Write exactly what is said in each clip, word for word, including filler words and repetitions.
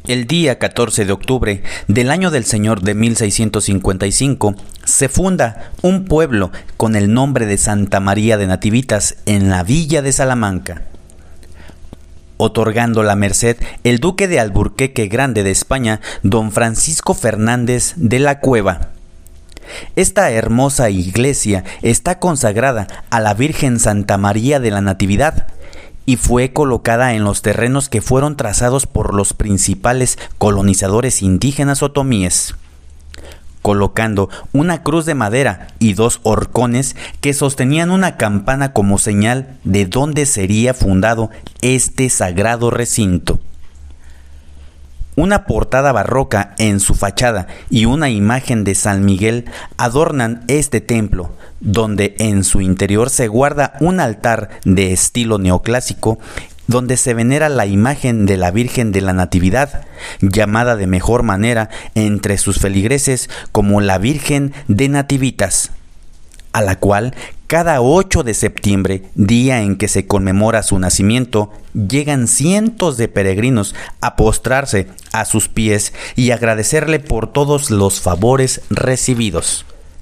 El día catorce de octubre del año del Señor de mil seiscientos cincuenta y cinco se funda un pueblo con el nombre de Santa María de Nativitas en la villa de Salamanca, otorgando la merced el duque de Alburquerque Grande de España, don Francisco Fernández de la Cueva. Esta hermosa iglesia está consagrada a la Virgen Santa María de la Natividad y fue colocada en los terrenos que fueron trazados por los principales colonizadores indígenas otomíes, colocando una cruz de madera y dos horcones que sostenían una campana como señal de dónde sería fundado este sagrado recinto. Una portada barroca en su fachada y una imagen de San Miguel adornan este templo, donde en su interior se guarda un altar de estilo neoclásico, donde se venera la imagen de la Virgen de la Natividad, llamada de mejor manera entre sus feligreses como la Virgen de Nativitas, a la cual cada ocho de septiembre, día en que se conmemora su nacimiento, llegan cientos de peregrinos a postrarse a sus pies y agradecerle por todos los favores recibidos.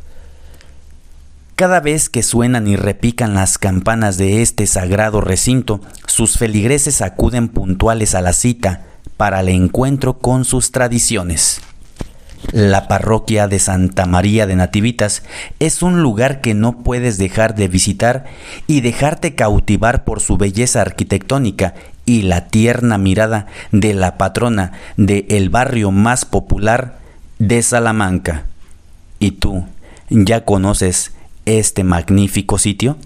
Cada vez que suenan y repican las campanas de este sagrado recinto, sus feligreses acuden puntuales a la cita para el encuentro con sus tradiciones. La parroquia de Santa María de Nativitas es un lugar que no puedes dejar de visitar y dejarte cautivar por su belleza arquitectónica y la tierna mirada de la patrona del barrio más popular de Salamanca. ¿Y tú ya conoces este magnífico sitio?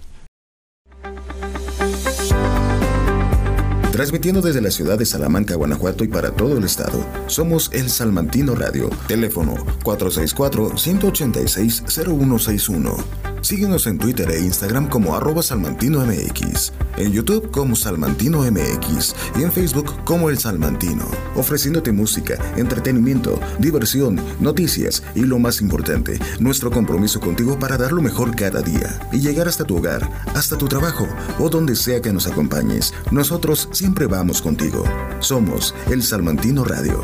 Transmitiendo desde la ciudad de Salamanca, Guanajuato y para todo el estado, somos El Salmantino Radio. Teléfono cuatro seis cuatro, uno ocho seis, cero uno seis uno. Síguenos en Twitter e Instagram como arroba Salmantino M X, en YouTube como Salmantino M X y en Facebook como El Salmantino, ofreciéndote música, entretenimiento, diversión, noticias y lo más importante, nuestro compromiso contigo para dar lo mejor cada día y llegar hasta tu hogar, hasta tu trabajo o donde sea que nos acompañes. Nosotros siempre vamos contigo. Somos El Salmantino Radio.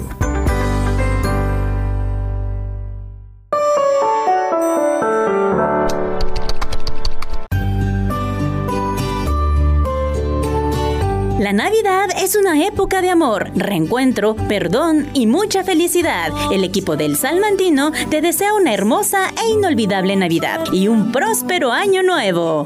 La Navidad es una época de amor, reencuentro, perdón y mucha felicidad. El equipo del Salmantino te desea una hermosa e inolvidable Navidad y un próspero año nuevo.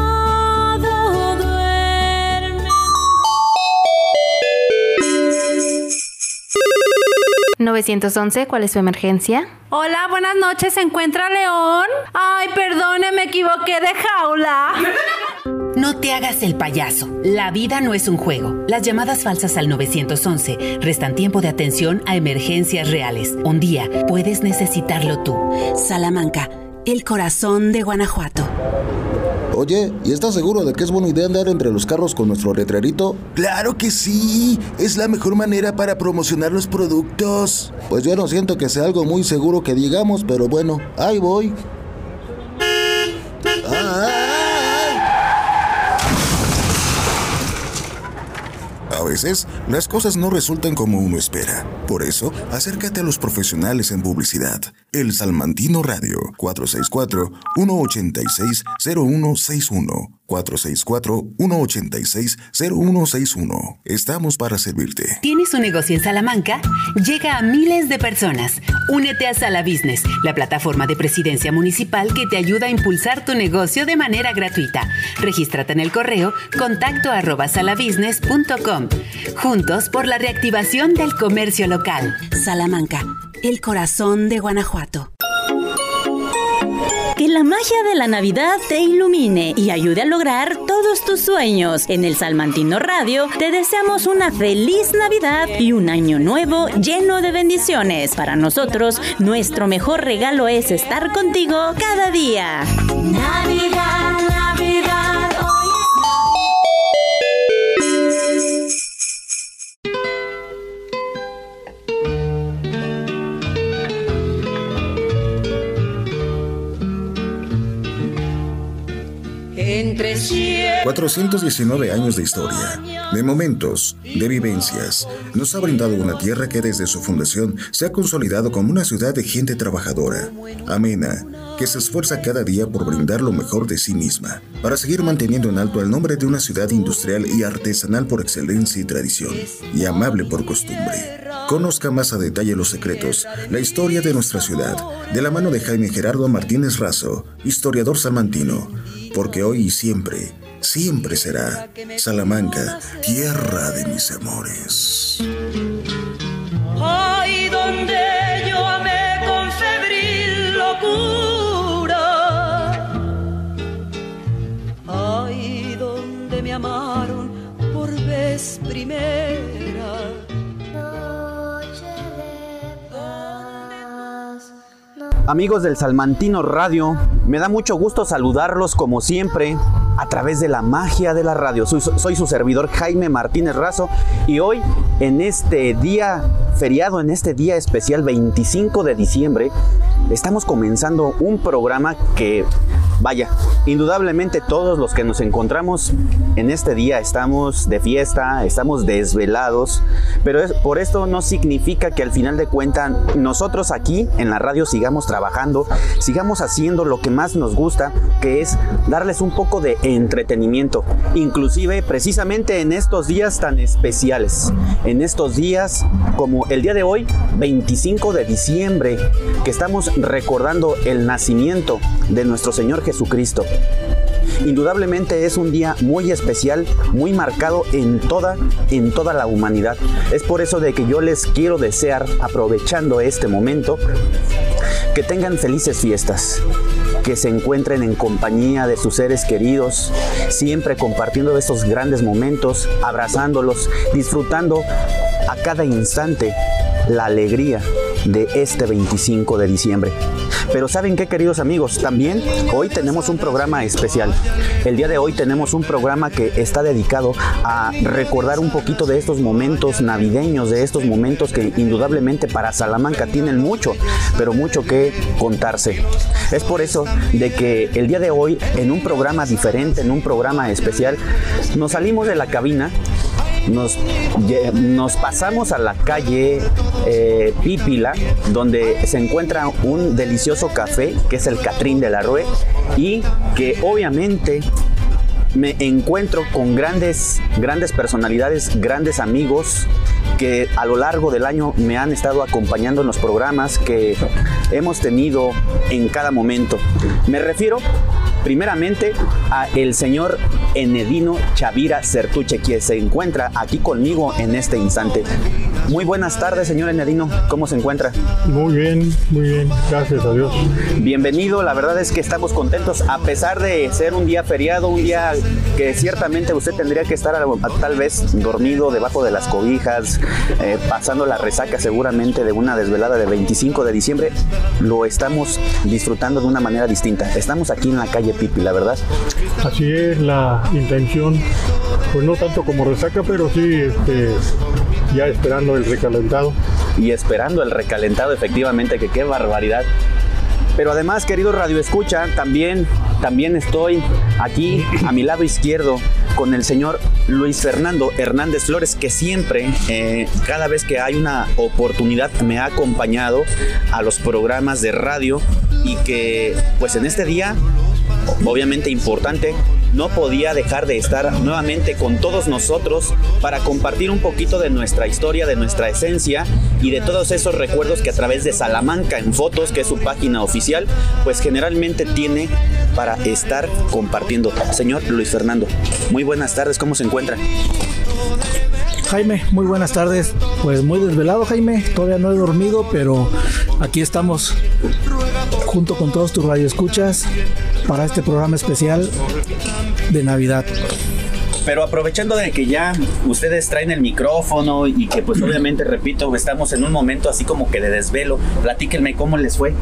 nueve once, ¿cuál es su emergencia? Hola, buenas noches, ¿se encuentra León? Ay, perdone, me equivoqué de jaula. No te hagas el payaso. La vida no es un juego. Las llamadas falsas al nueve once restan tiempo de atención a emergencias reales. Un día puedes necesitarlo tú. Salamanca, el corazón de Guanajuato. Oye, ¿y estás seguro de que es buena idea andar entre los carros con nuestro letrerito? ¡Claro que sí! Es la mejor manera para promocionar los productos. Pues yo no siento que sea algo muy seguro que digamos, pero bueno, ahí voy. ¡Ah! A veces, las cosas no resultan como uno espera. Por eso, acércate a los profesionales en publicidad. El Salmantino Radio, cuatro seis cuatro, uno ocho seis, cero uno seis uno. cuatro seis cuatro, uno ocho seis, cero uno seis uno. Estamos para servirte. ¿Tienes un negocio en Salamanca? Llega a miles de personas. Únete a Sala Business, la plataforma de presidencia municipal que te ayuda a impulsar tu negocio de manera gratuita. Regístrate en el correo contacto arroba salabusiness punto com. Juntos por la reactivación del comercio local. Salamanca, el corazón de Guanajuato. Que la magia de la Navidad te ilumine y ayude a lograr todos tus sueños. En el Salmantino Radio te deseamos una feliz Navidad y un año nuevo lleno de bendiciones. Para nosotros, nuestro mejor regalo es estar contigo cada día. Navidad, Navidad, hoy es Entre cielo cuatrocientos diecinueve años de historia, de momentos, de vivencias, nos ha brindado una tierra que desde su fundación se ha consolidado como una ciudad de gente trabajadora, amena, que se esfuerza cada día por brindar lo mejor de sí misma, para seguir manteniendo en alto el nombre de una ciudad industrial y artesanal por excelencia y tradición, y amable por costumbre. Conozca más a detalle los secretos, la historia de nuestra ciudad, de la mano de Jaime Gerardo Martínez Razo, historiador salmantino, porque hoy y siempre, siempre será Salamanca, tierra de mis amores. Ay, donde yo amé con febril locura. Ay, donde me amaron por vez primera. Amigos del Salmantino Radio, me da mucho gusto saludarlos como siempre a través de la magia de la radio. Soy, soy su servidor Jaime Martínez Razo y hoy en este día feriado, en este día especial veinticinco de diciembre, estamos comenzando un programa que, vaya, indudablemente todos los que nos encontramos en este día estamos de fiesta, estamos desvelados, pero es, por esto no significa que al final de cuentas nosotros aquí en la radio sigamos trabajando, sigamos haciendo lo que más nos gusta, que es darles un poco de entretenimiento, inclusive precisamente en estos días tan especiales, en estos días como el día de hoy, veinticinco de diciembre, que estamos recordando el nacimiento de nuestro Señor Jesucristo. Indudablemente es un día muy especial, muy marcado en toda, en toda la humanidad. Es por eso de que yo les quiero desear, aprovechando este momento, que tengan felices fiestas, que se encuentren en compañía de sus seres queridos, siempre compartiendo estos grandes momentos, abrazándolos, disfrutando a cada instante la alegría de este veinticinco de diciembre. Pero ¿saben qué, queridos amigos? También hoy tenemos un programa especial. El día de hoy tenemos un programa que está dedicado a recordar un poquito de estos momentos navideños, de estos momentos que indudablemente para Salamanca tienen mucho, pero mucho que contarse. Es por eso de que el día de hoy, en un programa diferente, en un programa especial, nos salimos de la cabina. Nos, nos pasamos a la calle eh, Pípila, donde se encuentra un delicioso café que es el Catrín de la Rue, y que obviamente me encuentro con grandes, grandes personalidades, grandes amigos que a lo largo del año me han estado acompañando en los programas que hemos tenido en cada momento. Me refiero primeramente a el señor Enedino Chavira Certuche, quien se encuentra aquí conmigo en este instante. Muy buenas tardes, señor Enedino, ¿cómo se encuentra? Muy bien, muy bien, gracias a Dios. Bienvenido, la verdad es que estamos contentos, a pesar de ser un día feriado, un día que ciertamente usted tendría que estar tal vez dormido debajo de las cobijas, eh, pasando la resaca seguramente de una desvelada de veinticinco de diciembre, lo estamos disfrutando de una manera distinta. Estamos aquí en la calle Pipi, la verdad. Así es la intención, pues no tanto como resaca, pero sí este, ya esperando el recalentado. Y esperando el recalentado, efectivamente, que qué barbaridad. Pero además, querido Radio Escucha, también, también estoy aquí a mi lado izquierdo con el señor Luis Fernando Hernández Flores, que siempre, eh, cada vez que hay una oportunidad, me ha acompañado a los programas de radio y que, pues en este día, obviamente importante, no podía dejar de estar nuevamente con todos nosotros para compartir un poquito de nuestra historia, de nuestra esencia y de todos esos recuerdos que a través de Salamanca en Fotos, que es su página oficial, pues generalmente tiene para estar compartiendo. Señor Luis Fernando, muy buenas tardes, ¿cómo se encuentra? Jaime, muy buenas tardes. Pues muy desvelado, Jaime, todavía no he dormido, pero aquí estamos junto con todos tus radioescuchas para este programa especial de Navidad. Pero aprovechando de que ya ustedes traen el micrófono y que pues obviamente, repito, estamos en un momento así como que de desvelo, platíquenme cómo les fue.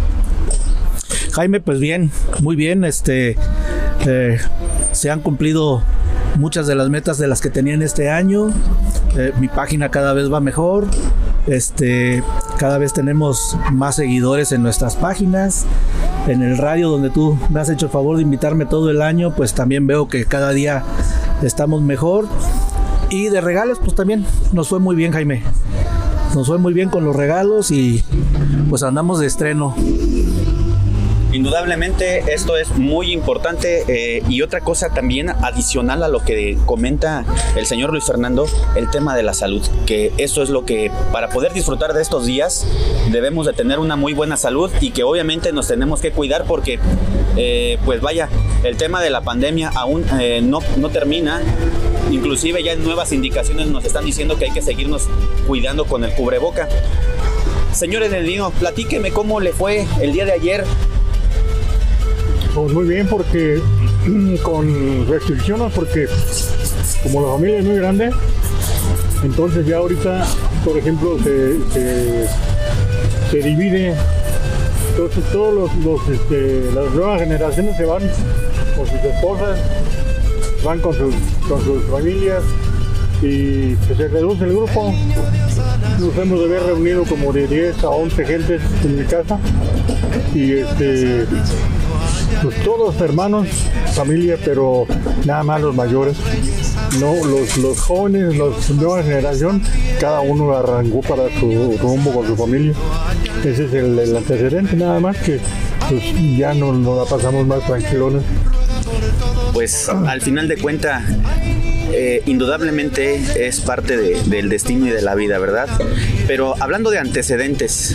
Jaime, pues bien, muy bien, este, eh, se han cumplido muchas de las metas de las que tenía en este año. Eh, mi página cada vez va mejor, este, cada vez tenemos más seguidores en nuestras páginas en el radio donde tú me has hecho el favor de invitarme todo el año, pues también veo que cada día estamos mejor. Y de regalos, pues también nos fue muy bien, Jaime. Nos fue muy bien con los regalos y pues andamos de estreno. Indudablemente esto es muy importante eh, y otra cosa también adicional a lo que comenta el señor Luis Fernando, el tema de la salud, que eso es lo que para poder disfrutar de estos días debemos de tener una muy buena salud y que obviamente nos tenemos que cuidar porque eh, pues vaya, el tema de la pandemia aún eh, no, no termina. Inclusive ya en nuevas indicaciones nos están diciendo que hay que seguirnos cuidando con el cubreboca. Señor Enedino, platíqueme cómo le fue el día de ayer. Pues muy bien, porque con restricciones, porque como la familia es muy grande, entonces ya ahorita, por ejemplo, se, se, se divide, entonces todos los, los este, las nuevas generaciones se van con sus esposas, van con sus, con sus familias y pues se reduce el grupo. Nos hemos de haber reunido como de diez a once gentes en mi casa y este pues todos hermanos, familia, pero nada más los mayores, no los, los jóvenes, la nueva generación, cada uno arrancó para su rumbo con su familia. Ese es el, el antecedente, nada más que pues ya no nos la pasamos más tranquilones. Pues al final de cuentas, eh, indudablemente es parte de, del destino y de la vida, ¿verdad? Pero hablando de antecedentes,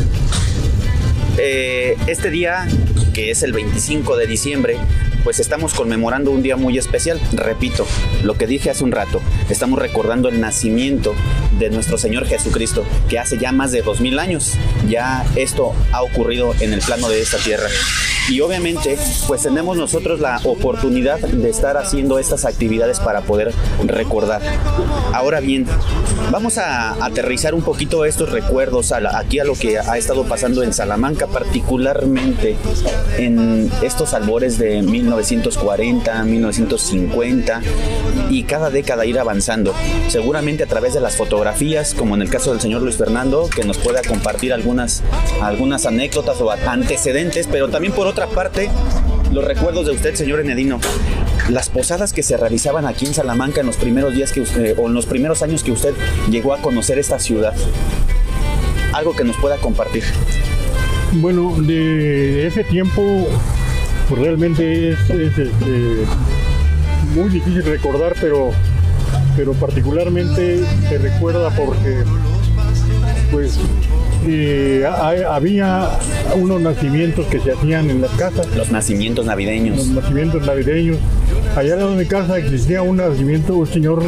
eh, este día, que es el veinticinco de diciembre, pues estamos conmemorando un día muy especial. Repito, lo que dije hace un rato, estamos recordando el nacimiento de nuestro Señor Jesucristo, que hace ya más de dos mil años, ya esto ha ocurrido en el plano de esta tierra. Y obviamente, pues tenemos nosotros la oportunidad de estar haciendo estas actividades para poder recordar. Ahora bien, vamos a aterrizar un poquito estos recuerdos a la, aquí a lo que ha estado pasando en Salamanca, particularmente en estos albores de mil novecientos cuarenta, mil novecientos cincuenta y cada década ir avanzando. Seguramente a través de las fotografías, como en el caso del señor Luis Fernando, que nos pueda compartir algunas, algunas anécdotas o antecedentes, pero también por otra parte, los recuerdos de usted, señor Enedino, las posadas que se realizaban aquí en Salamanca en los primeros días que usted, o en los primeros años que usted llegó a conocer esta ciudad. Algo que nos pueda compartir. Bueno, de, de ese tiempo, pues realmente es, es este, muy difícil recordar, pero, pero particularmente se recuerda porque, pues, Eh, hay, había unos nacimientos que se hacían en las casas. Los nacimientos navideños. Los nacimientos navideños. Allá al lado de mi casa existía un nacimiento, un señor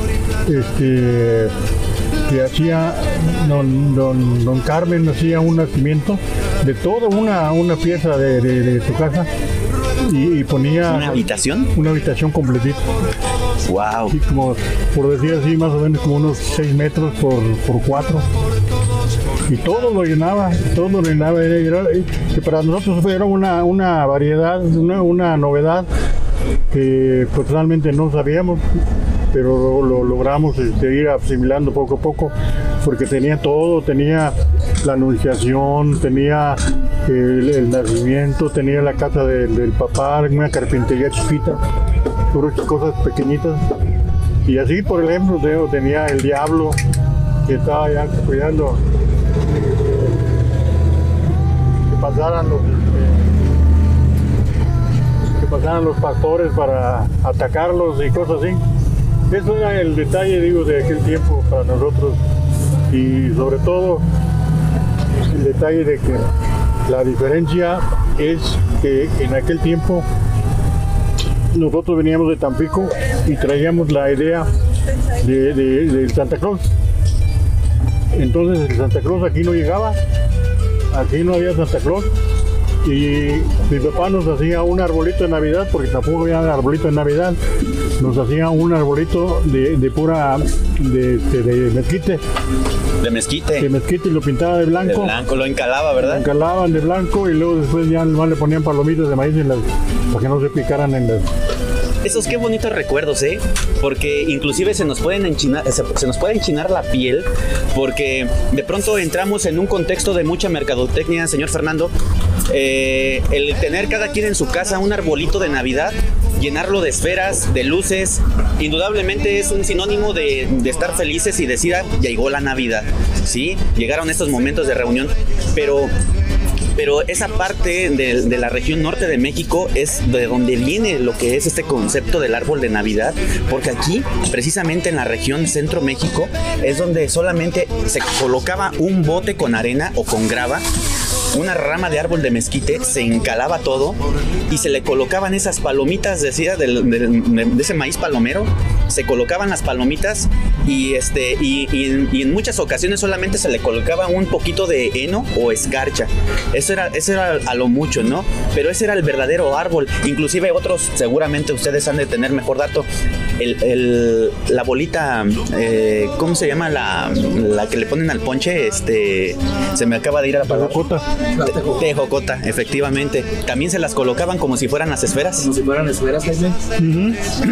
este, que hacía, don, don, don Carmen hacía un nacimiento de toda una, una pieza de, de, de su casa y, y ponía... ¿Una habitación? Una habitación completita. Wow. Sí, como, por decir así, más o menos como unos seis metros por, por cuatro. Y todo lo llenaba, todo lo llenaba, era, que para nosotros era una, una variedad, una, una novedad que pues realmente no sabíamos, pero lo, lo logramos seguir asimilando poco a poco, porque tenía todo, tenía la anunciación, tenía el, el nacimiento, tenía la casa de, del papá, una carpintería chiquita, puras cosas pequeñitas, y así por ejemplo tenía el diablo que estaba ya cuidando que pasaran los que pasaran los pastores para atacarlos y cosas así. Eso era el detalle, digo, de aquel tiempo para nosotros, y sobre todo el detalle de que la diferencia es que en aquel tiempo nosotros veníamos de Tampico y traíamos la idea de, de, de Santa Claus. Entonces el Santa Claus aquí no llegaba, aquí no había Santa Claus, y mi papá nos hacía un arbolito de Navidad, porque tampoco había arbolito de Navidad, nos hacía un arbolito de, de pura, de, de, de mezquite. De mezquite. De mezquite, y lo pintaba de blanco. De blanco, lo encalaba, ¿verdad? Lo encalaban de blanco y luego después ya le ponían palomitas de maíz en las, para que no se picaran en las, esos qué bonitos recuerdos, ¿eh? Porque inclusive se nos pueden enchinar, se, se nos puede enchinar la piel, porque de pronto entramos en un contexto de mucha mercadotecnia, señor Fernando. Eh, el tener cada quien en su casa un arbolito de Navidad, llenarlo de esferas, de luces, indudablemente es un sinónimo de, de estar felices y decir, ah, ya llegó la Navidad, ¿sí? Llegaron estos momentos de reunión, pero... Pero esa parte de, de la región norte de México es de donde viene lo que es este concepto del árbol de Navidad, porque aquí, precisamente en la región centro México, es donde solamente se colocaba un bote con arena o con grava, una rama de árbol de mezquite, se encalaba todo y se le colocaban esas palomitas, decía, de, de, de ese maíz palomero, se colocaban las palomitas y, este, y, y, en, y en muchas ocasiones solamente se le colocaba un poquito de heno o escarcha. Eso era, eso era a lo mucho, ¿no? Pero ese era el verdadero árbol. Inclusive otros, seguramente ustedes han de tener mejor dato, el, el, la bolita, eh, ¿cómo se llama? La, la que le ponen al ponche, este, se me acaba de ir a la palabra. Tejocota. Tejocota, efectivamente. También se las colocaban como si fueran las esferas. Como si fueran esferas, Jaime. Uh-huh.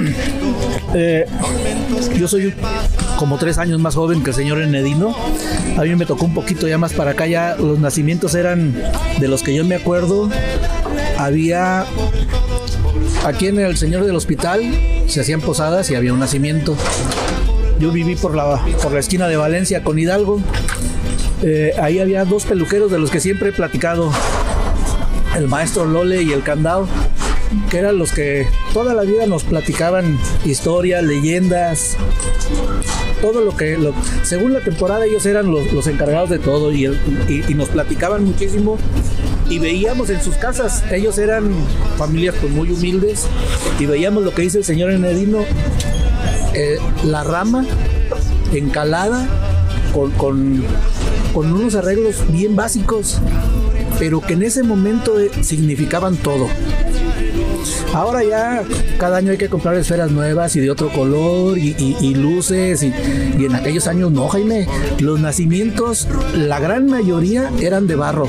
eh, yo soy como tres años más joven que el señor Enedino. A mí me tocó un poquito ya más para acá. Ya los nacimientos eran de los que yo me acuerdo. Había aquí en el Señor del Hospital se hacían posadas y había un nacimiento. Yo viví por la, por la esquina de Valencia con Hidalgo. Eh, ahí había dos peluqueros de los que siempre he platicado, el maestro Lole y el Candado, que eran los que toda la vida nos platicaban historias, leyendas, todo lo que, lo, según la temporada ellos eran los, los encargados de todo y, el, y, y nos platicaban muchísimo y veíamos en sus casas, ellos eran familias pues, muy humildes y veíamos lo que dice el señor Enedino, eh, la rama encalada con... con con unos arreglos bien básicos, pero que en ese momento significaban todo. Ahora ya cada año hay que comprar esferas nuevas y de otro color y, y, y luces y, y en aquellos años no, Jaime, los nacimientos, la gran mayoría eran de barro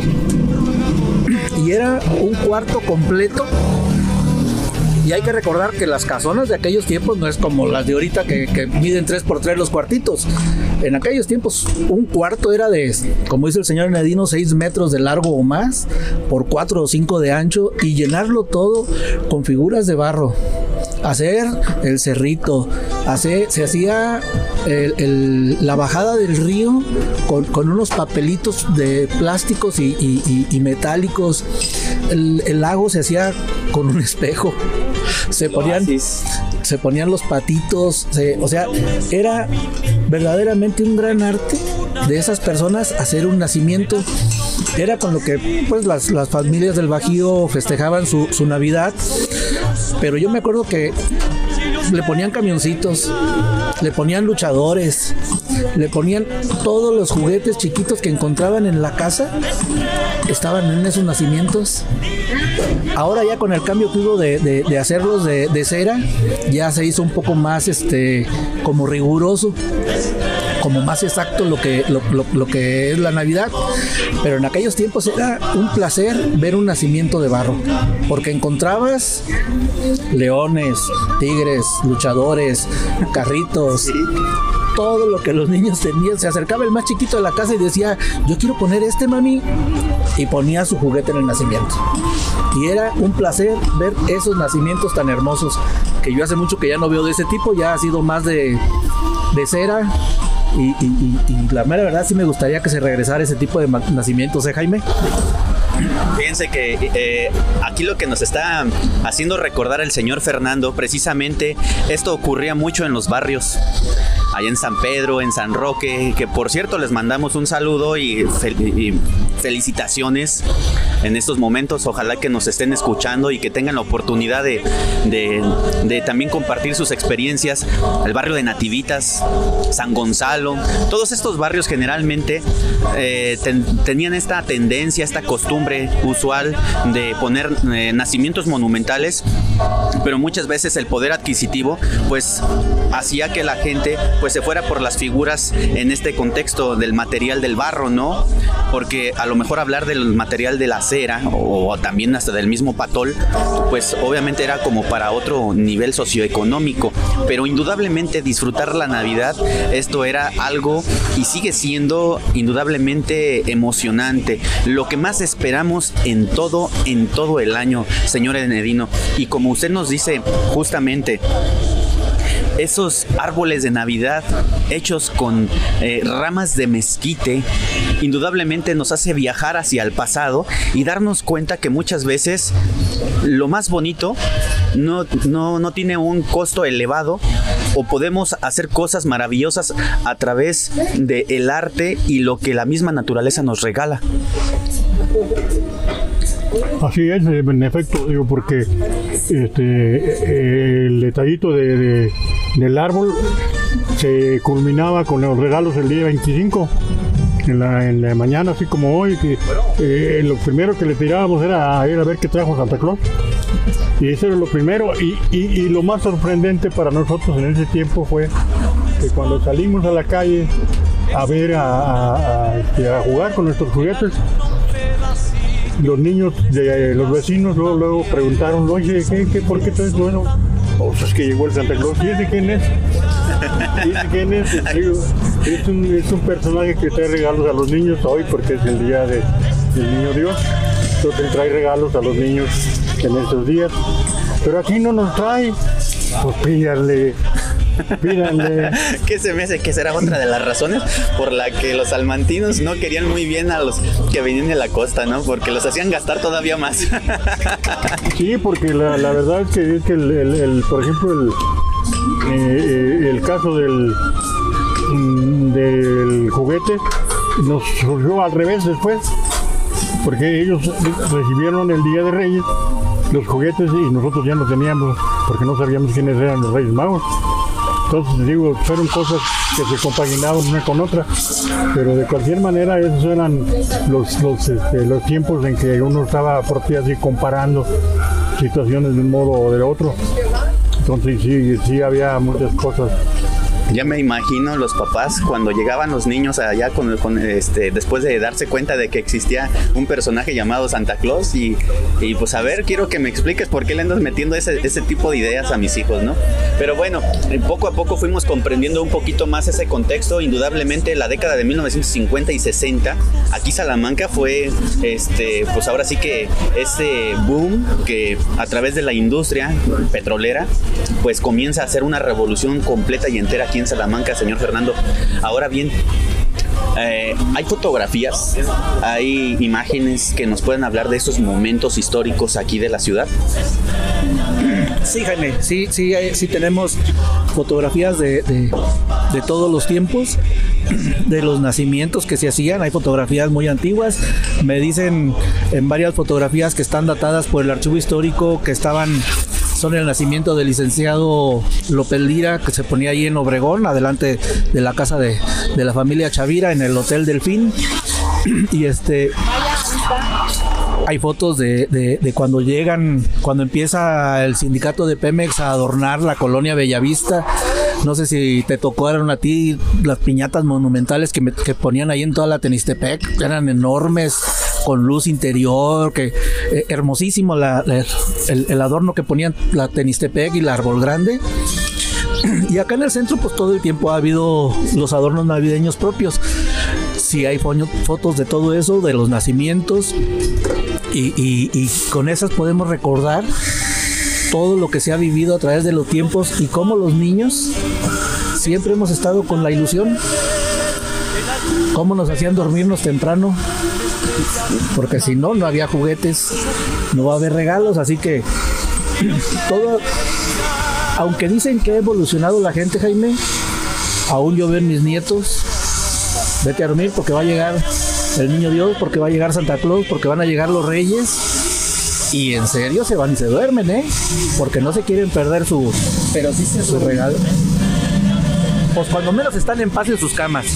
y era un cuarto completo. Y hay que recordar que las casonas de aquellos tiempos no es como las de ahorita que, que miden tres por tres los cuartitos. En aquellos tiempos un cuarto era de, como dice el señor Enedino, seis metros de largo o más, por cuatro o cinco de ancho y llenarlo todo con figuras de barro. Hacer el cerrito, hacer, se hacía el, el, la bajada del río con, con unos papelitos de plásticos y, y, y, y metálicos. El, el lago se hacía con un espejo. Se ponían, se ponían los patitos, se, o sea, era verdaderamente un gran arte de esas personas hacer un nacimiento. Era con lo que pues las, las familias del Bajío festejaban su, su Navidad. Pero yo me acuerdo que le ponían camioncitos, le ponían luchadores, le ponían todos los juguetes chiquitos que encontraban en la casa, estaban en esos nacimientos. Ahora ya con el cambio que hubo de, de, de hacerlos de, de cera, ya se hizo un poco más este como riguroso, como más exacto lo que, lo, lo, lo que es la Navidad. Pero en aquellos tiempos era un placer ver un nacimiento de barro, porque encontrabas leones, tigres, luchadores, carritos, todo lo que los niños tenían. Se acercaba el más chiquito de la casa y decía, yo quiero poner este, mami, y ponía su juguete en el nacimiento. Y era un placer ver esos nacimientos tan hermosos, que yo hace mucho que ya no veo de ese tipo, ya ha sido más de, de cera. Y, y, y, y la mera verdad sí me gustaría que se regresara ese tipo de nacimientos, ¿eh, Jaime? Fíjense que eh, aquí lo que nos está haciendo recordar el señor Fernando, precisamente esto ocurría mucho en los barrios, allá en San Pedro, en San Roque, que por cierto les mandamos un saludo y, fel- y felicitaciones en estos momentos. Ojalá que nos estén escuchando y que tengan la oportunidad de, de, de también compartir sus experiencias. El barrio de Nativitas, San Gonzalo, todos estos barrios generalmente eh, ten, tenían esta tendencia, esta costumbre usual de poner eh, nacimientos monumentales, pero muchas veces el poder adquisitivo pues hacía que la gente pues se fuera por las figuras en este contexto del material del barro, ¿no? Porque a lo lo mejor hablar del material de la cera o también hasta del mismo patol, pues obviamente era como para otro nivel socioeconómico, pero indudablemente disfrutar la Navidad, esto era algo y sigue siendo indudablemente emocionante, lo que más esperamos en todo, en todo el año, señor Enedino. Y como usted nos dice justamente, esos árboles de Navidad hechos con eh, ramas de mezquite, indudablemente nos hace viajar hacia el pasado y darnos cuenta que muchas veces lo más bonito no, no, no tiene un costo elevado, o podemos hacer cosas maravillosas a través del arte y lo que la misma naturaleza nos regala. Así es, en efecto, digo, porque este el detallito de, de, del árbol se culminaba con los regalos el día veinticinco, en la, en la mañana, así como hoy, que eh, lo primero que le tirábamos era ir a ver qué trajo Santa Claus. Y eso era lo primero, y, y, y lo más sorprendente para nosotros en ese tiempo fue que cuando salimos a la calle a ver, a, a, a, a jugar con nuestros juguetes, los niños de los vecinos luego, luego preguntaron, oye, ¿qué, qué, ¿por qué traes bueno? O sea, es que llegó el Santa Claus. ¿Y ese quién es? ¿Y ese quién es? Es un, es un personaje que trae regalos a los niños hoy porque es el día de, del Niño Dios. Entonces trae regalos a los niños en estos días. Pero aquí no nos trae. Pues pídale. Pídanle. Que se me hace que será otra de las razones por la que los salmantinos no querían muy bien a los que venían de la costa, ¿no? Porque los hacían gastar todavía más. Sí, porque la, la verdad es que, es que el, el, el, por ejemplo, el, eh, el caso del, del juguete nos surgió al revés después, porque ellos recibieron el Día de Reyes los juguetes y nosotros ya no teníamos, porque no sabíamos quiénes eran los Reyes Magos. Entonces, digo, fueron cosas que se compaginaban una con otra, pero de cualquier manera esos eran los, los, este, los tiempos en que uno estaba por ti así comparando situaciones de un modo o del otro. Entonces sí, sí había muchas cosas. Ya me imagino los papás cuando llegaban los niños allá con, con este después de darse cuenta de que existía un personaje llamado Santa Claus y, y pues a ver, quiero que me expliques por qué le andas metiendo ese, ese tipo de ideas a mis hijos, ¿no? Pero bueno, poco a poco fuimos comprendiendo un poquito más ese contexto. Indudablemente la década de mil novecientos cincuenta y sesenta, aquí Salamanca fue, este pues ahora sí que ese boom que a través de la industria petrolera pues comienza a hacer una revolución completa y entera aquí en Salamanca, señor Fernando. Ahora bien, eh, hay fotografías, hay imágenes que nos pueden hablar de esos momentos históricos aquí de la ciudad. Sí, Jaime, sí, sí, sí tenemos fotografías de, de, de todos los tiempos, de los nacimientos que se hacían. Hay fotografías muy antiguas. Me dicen en varias fotografías que están datadas por el archivo histórico, que estaban son el nacimiento del licenciado López Lira, que se ponía ahí en Obregón, adelante de la casa de, de la familia Chavira, en el Hotel Delfín. Y este hay fotos de, de, de cuando llegan, cuando empieza el sindicato de Pemex a adornar la colonia Bellavista. No sé si te tocaron a ti las piñatas monumentales que, me, que ponían ahí en toda la Tenistepec, eran enormes, con luz interior, que eh, hermosísimo la, la, el, el adorno que ponían la Tenistepec y la Árbol Grande. Y acá en el centro pues todo el tiempo ha habido los adornos navideños propios. Sí hay fotos de todo eso, de los nacimientos, y, y, y con esas podemos recordar todo lo que se ha vivido a través de los tiempos y cómo los niños siempre hemos estado con la ilusión, cómo nos hacían dormirnos temprano, porque si no, no había juguetes, no va a haber regalos, así que todo, aunque dicen que ha evolucionado la gente, Jaime, aún yo veo en mis nietos, vete a dormir porque va a llegar el Niño Dios, porque va a llegar Santa Claus, porque van a llegar los Reyes, y en serio se van y se duermen, ¿eh? Porque no se quieren perder su, pero sí se su regalo. Pues cuando menos están en paz en sus camas,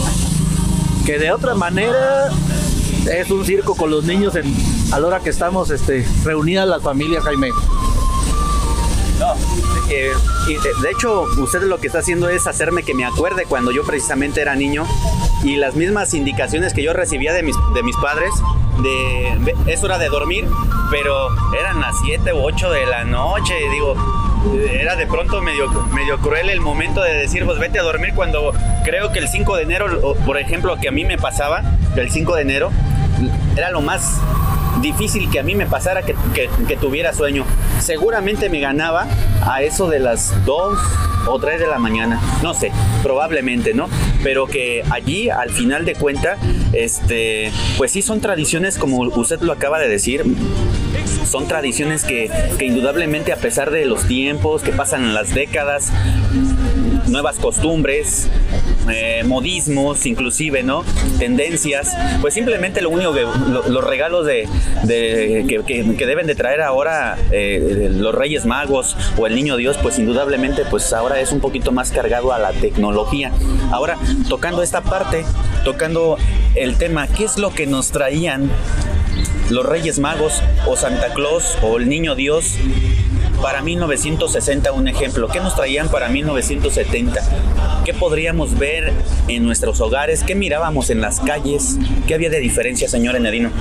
que de otra manera es un circo con los niños en, a la hora que estamos este, reunidas las familias, Jaime. No, eh, y de, de hecho, usted lo que está haciendo es hacerme que me acuerde cuando yo precisamente era niño y las mismas indicaciones que yo recibía de mis, de mis padres, de es hora de dormir, pero eran las siete u ocho de la noche, digo, era de pronto medio, medio cruel el momento de decir, pues vete a dormir, cuando creo que el cinco de enero, por ejemplo, que a mí me pasaba, el cinco de enero, era lo más difícil que a mí me pasara que, que, que tuviera sueño. Seguramente me ganaba a eso de las dos o tres de la mañana, no sé, probablemente, ¿no? Pero que allí, al final de cuentas, este, pues sí son tradiciones, como usted lo acaba de decir, son tradiciones que, que indudablemente, a pesar de los tiempos que pasan, las décadas, nuevas costumbres, eh, modismos, inclusive, ¿no? Tendencias, pues simplemente lo único que, lo, los regalos de, de que, que, que deben de traer ahora eh, los Reyes Magos o el Niño Dios, pues indudablemente, pues ahora es un poquito más cargado a la tecnología. Ahora, tocando esta parte, tocando el tema, ¿qué es lo que nos traían los Reyes Magos o Santa Claus o el Niño Dios para mil novecientos sesenta? Un ejemplo, ¿qué nos traían para mil novecientos setenta? ¿Qué podríamos ver en nuestros hogares? ¿Qué mirábamos en las calles? ¿Qué había de diferencia, señor Enedino?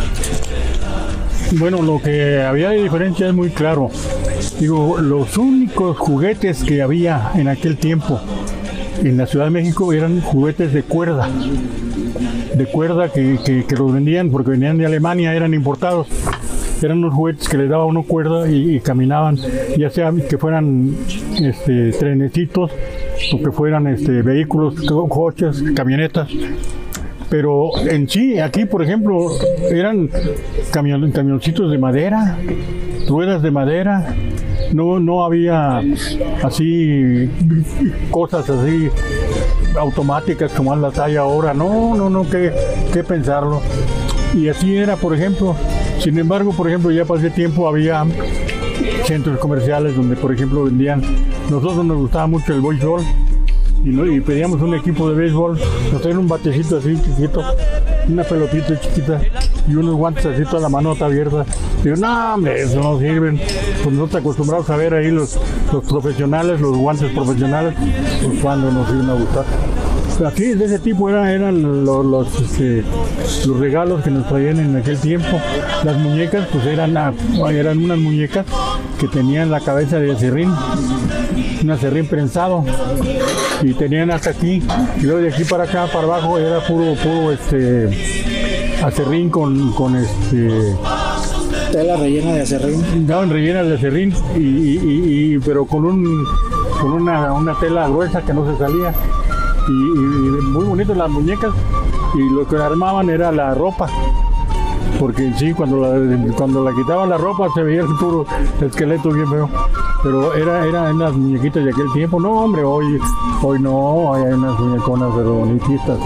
Bueno, lo que había de diferencia es muy claro. Digo, los únicos juguetes que había en aquel tiempo en la Ciudad de México eran juguetes de cuerda. de cuerda que, que, que los vendían porque venían de Alemania, eran importados. Eran unos juguetes que les daba uno cuerda y, y caminaban, ya sea que fueran este, trenecitos o que fueran este, vehículos, co- coches, camionetas. Pero en sí, aquí por ejemplo, eran camion, camioncitos de madera, ruedas de madera. No, no había así cosas así automáticas como las hay ahora. No, no, no, que, que pensarlo. Y así era, por ejemplo. Sin embargo, por ejemplo, ya para ese tiempo había centros comerciales donde, por ejemplo, vendían. Nosotros nos gustaba mucho el béisbol y, no, y pedíamos un equipo de béisbol. Nos traían un batecito así chiquito, una pelotita chiquita y unos guantes así toda la manota abierta. Digo, no, hombre, eso no sirven. Pues nosotros acostumbrados a ver ahí los, los profesionales, los guantes profesionales, pues cuando nos iban a gustar. Así, de ese tipo era, eran los, los, este, los regalos que nos traían en aquel tiempo. Las muñecas, pues eran, eran unas muñecas que tenían la cabeza de acerrín, un acerrín prensado, y tenían hasta aquí, y luego de aquí para acá, para abajo, era puro, puro este, acerrín con, con este... tela rellena de acerrín. Daban rellena de acerrín, y, y, y, y, pero con, un, con una, una tela gruesa que no se salía. Y, y muy bonitas las muñecas, y lo que armaban era la ropa, porque en sí cuando la, cuando la quitaban la ropa se veía el puro esqueleto bien feo, pero era, eran las muñequitas de aquel tiempo. No, hombre, hoy, hoy no, hay unas muñeconas pero bonitas,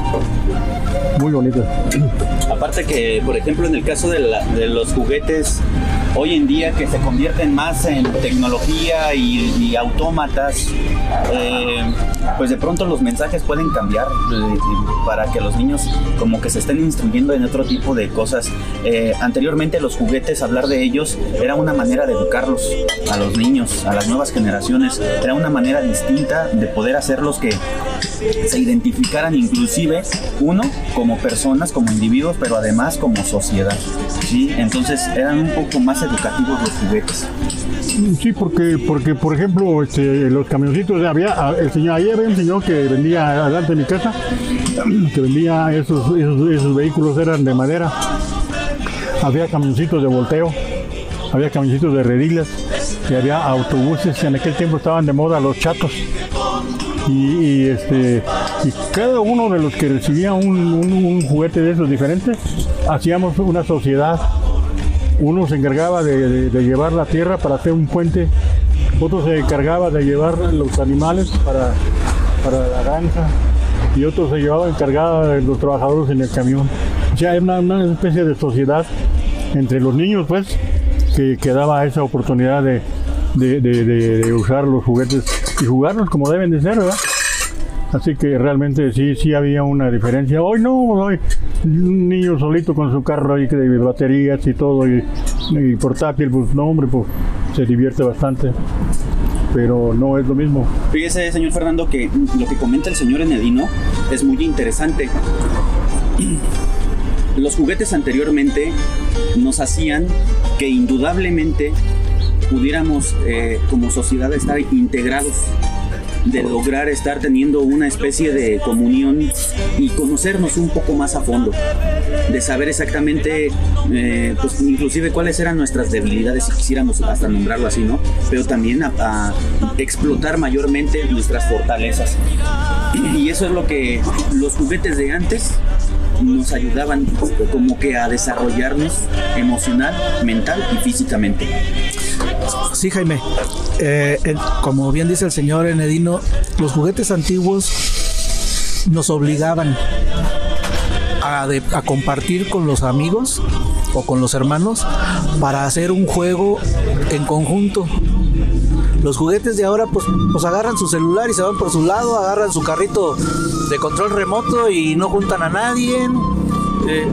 muy bonitas. Aparte que, por ejemplo, en el caso de, la, de los juguetes, hoy en día que se convierten más en tecnología y, y autómatas, eh, pues de pronto los mensajes pueden cambiar eh, para que los niños como que se estén instruyendo en otro tipo de cosas. Eh, anteriormente los juguetes, hablar de ellos era una manera de educarlos a los niños, a las nuevas generaciones, era una manera distinta de poder hacerlos que se identificaran inclusive, uno, como personas, como individuos, pero además como sociedad, ¿sí? Entonces eran un poco más educativos los juguetes. Sí, porque, porque por ejemplo, este, los camioncitos, había, el señor, ahí había un señor que vendía adelante de mi casa, que vendía esos, esos, esos vehículos, eran de madera. Había camioncitos de volteo, había camioncitos de redilas, y había autobuses. En aquel tiempo estaban de moda los chatos. Y, y, este, y cada uno de los que recibía un, un, un juguete de esos diferentes, hacíamos una sociedad. Uno se encargaba de, de, de llevar la tierra para hacer un puente, otro se encargaba de llevar los animales para, para la granja, y otro se llevaba encargado de los trabajadores en el camión. O sea, era una, una especie de sociedad entre los niños, pues, que, que daba esa oportunidad de, de, de, de, de usar los juguetes y jugarlos como deben de ser, ¿verdad? Así que realmente sí, sí había una diferencia. Hoy no, hoy un niño solito con su carro ahí de baterías y todo, y, y portátil, pues no, hombre, pues se divierte bastante. pero no es lo mismo. Fíjese, señor Fernando, que lo que comenta el señor Enedino es muy interesante. Los juguetes anteriormente nos hacían que indudablemente pudiéramos eh, como sociedad estar integrados, de lograr estar teniendo una especie de comunión y conocernos un poco más a fondo, de saber exactamente eh, pues inclusive cuáles eran nuestras debilidades, si quisiéramos hasta nombrarlo así, ¿no? Pero también a, a explotar mayormente nuestras fortalezas, y eso es lo que los juguetes de antes nos ayudaban como que a desarrollarnos emocional, mental y físicamente. Sí, Jaime, eh, eh, como bien dice el señor Enedino, los juguetes antiguos nos obligaban a, de, a compartir con los amigos o con los hermanos para hacer un juego en conjunto. Los juguetes de ahora pues, pues agarran su celular y se van por su lado, agarran su carrito de control remoto y no juntan a nadie. Eh,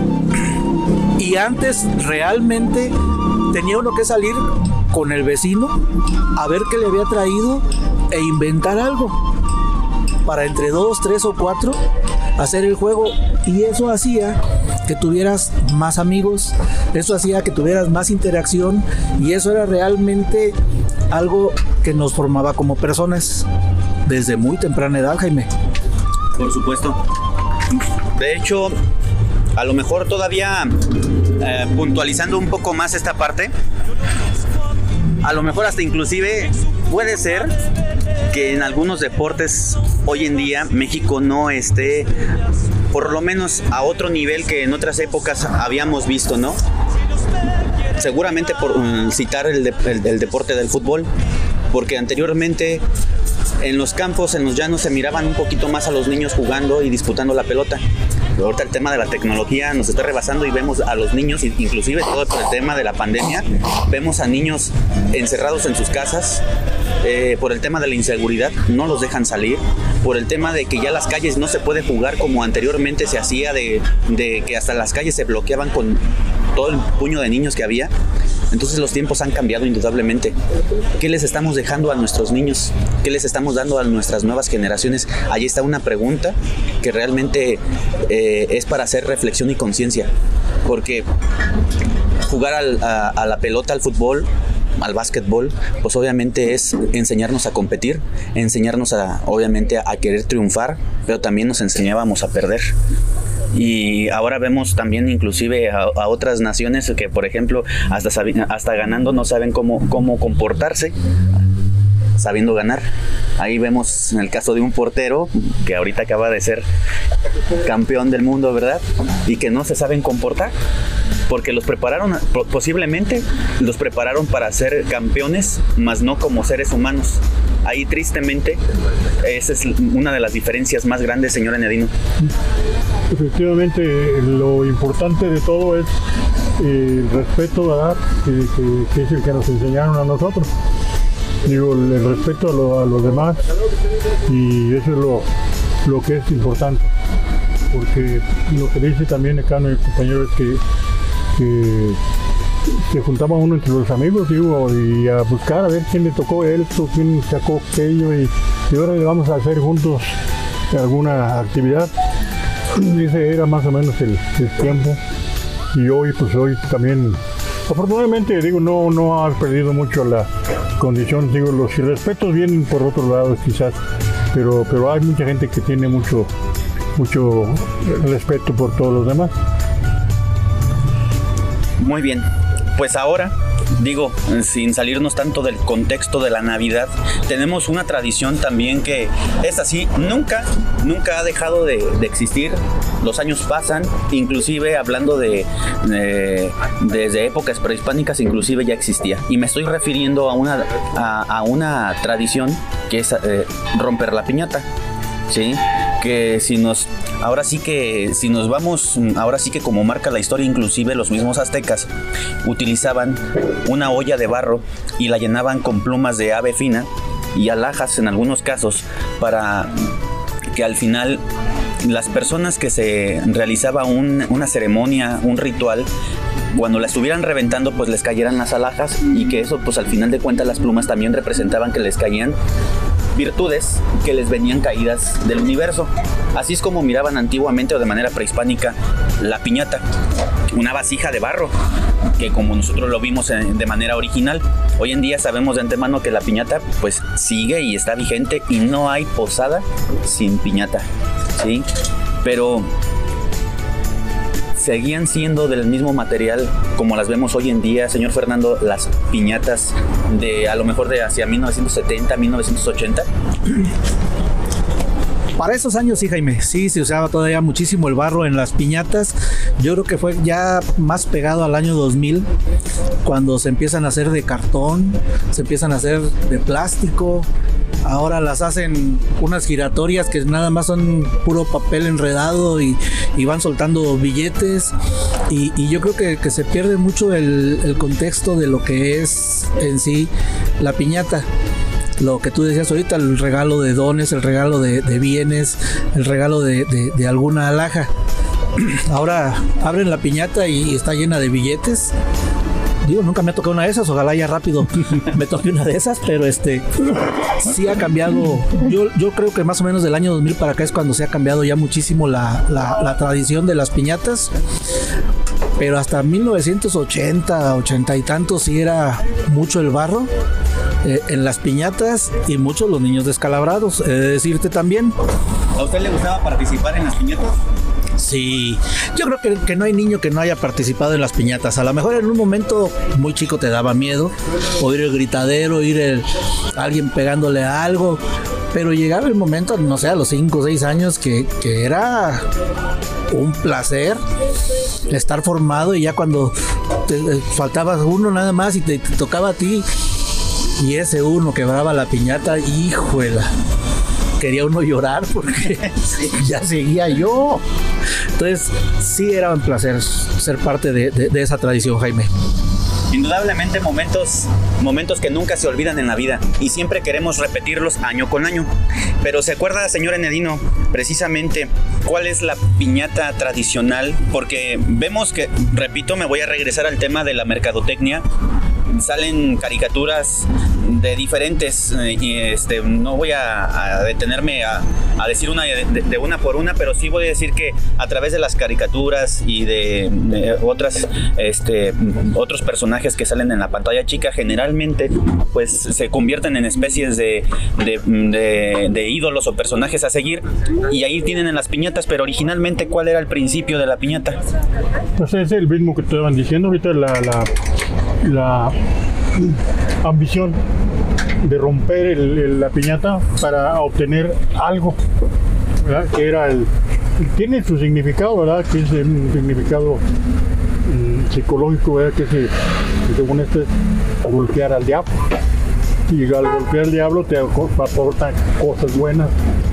y antes realmente tenía uno que salir con el vecino a ver qué le había traído e inventar algo para entre dos, tres o cuatro hacer el juego, y eso hacía que tuvieras más amigos, eso hacía que tuvieras más interacción, y eso era realmente algo que nos formaba como personas desde muy temprana edad, Jaime. Por supuesto. De hecho, a lo mejor todavía eh, puntualizando un poco más esta parte, a lo mejor hasta inclusive puede ser que en algunos deportes hoy en día México no esté por lo menos a otro nivel que en otras épocas habíamos visto, ¿no? Seguramente por um, citar el, de, el, el deporte del fútbol, porque anteriormente en los campos, en los llanos, se miraban un poquito más a los niños jugando y disputando la pelota. Ahorita el tema de la tecnología nos está rebasando y vemos a los niños, inclusive todo por el tema de la pandemia, vemos a niños encerrados en sus casas, eh, por el tema de la inseguridad, no los dejan salir, por el tema de que ya las calles no se puede jugar como anteriormente se hacía, de, de que hasta las calles se bloqueaban con todo el puño de niños que había. Entonces los tiempos han cambiado indudablemente. ¿Qué les estamos dejando a nuestros niños? ¿Qué les estamos dando a nuestras nuevas generaciones? Ahí está una pregunta que realmente eh, es para hacer reflexión y conciencia. Porque jugar al, a, a la pelota, al fútbol, al básquetbol, pues obviamente es enseñarnos a competir, enseñarnos a, obviamente, a querer triunfar, pero también nos enseñábamos a perder. Y ahora vemos también inclusive a, a otras naciones que, por ejemplo, hasta, sabi- hasta ganando no saben cómo, cómo comportarse, sabiendo ganar. Ahí vemos en el caso de un portero que ahorita acaba de ser campeón del mundo, ¿verdad? Y que no se saben comportar, porque los prepararon, posiblemente los prepararon para ser campeones, mas no como seres humanos. Ahí tristemente esa es una de las diferencias más grandes, señor Enedino. Efectivamente, lo importante de todo es el respeto, ¿verdad? Que, que, que es el que nos enseñaron a nosotros. Digo, el respeto a, lo, a los demás, y eso es lo, lo que es importante. Porque lo que dice también acá mi compañero es que, que se juntaba uno entre los amigos, digo, y a buscar a ver quién le tocó esto, quién sacó aquello, y, y ahora le vamos a hacer juntos alguna actividad. Ese era más o menos el, el tiempo, y hoy pues hoy también afortunadamente digo no no ha perdido mucho la condición, digo los irrespetos vienen por otros lados quizás, pero pero hay mucha gente que tiene mucho mucho respeto por todos los demás. Muy bien, pues ahora digo, sin salirnos tanto del contexto de la Navidad, tenemos una tradición también que es así, nunca, nunca ha dejado de, de existir. Los años pasan, inclusive hablando de, de desde épocas prehispánicas, inclusive ya existía. Y me estoy refiriendo a una, a, a una tradición que es eh, romper la piñata, ¿sí? Que si nos, ahora sí que si nos vamos, ahora sí que como marca la historia, inclusive los mismos aztecas utilizaban una olla de barro y la llenaban con plumas de ave fina y alhajas en algunos casos, para que al final las personas que se realizaba un, una ceremonia, un ritual, cuando la estuvieran reventando, pues les cayeran las alhajas, y que eso, pues al final de cuentas, las plumas también representaban que les caían virtudes que les venían caídas del universo. Así es como miraban antiguamente o de manera prehispánica la piñata, una vasija de barro, que como nosotros lo vimos de manera original. Hoy en día sabemos de antemano que la piñata pues sigue y está vigente, y no hay posada sin piñata, ¿sí? Pero seguían siendo del mismo material como las vemos hoy en día, señor Fernando, las piñatas de a lo mejor de hacia mil novecientos setenta, mil novecientos ochenta. Para esos años sí, Jaime, sí se usaba todavía muchísimo el barro en las piñatas. Yo creo que fue ya más pegado al año dos mil, cuando se empiezan a hacer de cartón, se empiezan a hacer de plástico. Ahora las hacen unas giratorias que nada más son puro papel enredado y, y van soltando billetes, y, y yo creo que, que se pierde mucho el, el contexto de lo que es en sí la piñata. Lo que tú decías ahorita, el regalo de dones, el regalo de, de bienes, el regalo de, de, de alguna alhaja. Ahora abren la piñata y está llena de billetes. Digo, nunca me ha tocado una de esas, ojalá ya rápido me toque una de esas, pero este sí ha cambiado. Yo, yo creo que más o menos del año dos mil para acá es cuando se ha cambiado ya muchísimo la, la, la tradición de las piñatas. Pero hasta mil novecientos ochenta, ochenta y tantos sí era mucho el barro eh, en las piñatas, y muchos los niños descalabrados, he de decirte también. ¿A usted le gustaba participar en las piñatas? Sí, yo creo que, que no hay niño que no haya participado en las piñatas. A lo mejor en un momento muy chico te daba miedo oír el gritadero, oír el, alguien pegándole a algo, pero llegaba el momento, no sé, a los cinco o seis años que, que era un placer estar formado, y ya cuando te, eh, faltaba uno nada más y te, te tocaba a ti, y ese uno quebraba la piñata, híjuela, quería uno llorar porque ya seguía yo. Entonces sí era un placer ser parte de, de, de esa tradición, Jaime. Indudablemente momentos, momentos que nunca se olvidan en la vida, y siempre queremos repetirlos año con año. Pero ¿se acuerda, señor Enedino, precisamente cuál es la piñata tradicional? Porque vemos que, repito, me voy a regresar al tema de la mercadotecnia. Salen caricaturas de diferentes, eh, y este, no voy a, a detenerme a, a decir una de, de, de una por una, pero sí voy a decir que a través de las caricaturas y de, de otras, este, otros personajes que salen en la pantalla chica, generalmente pues se convierten en especies de, de, de, de ídolos o personajes a seguir, y ahí tienen en las piñatas. Pero originalmente, ¿cuál era el principio de la piñata? Pues es el mismo que te estaban diciendo ahorita, la, la, la ambición de romper el, el, la piñata para obtener algo, ¿verdad? Que era el, tiene su significado, ¿verdad? Que es un significado mm, psicológico, ¿verdad? Que, se, que según esto es golpear al diablo, y al golpear al diablo te aporta cosas buenas,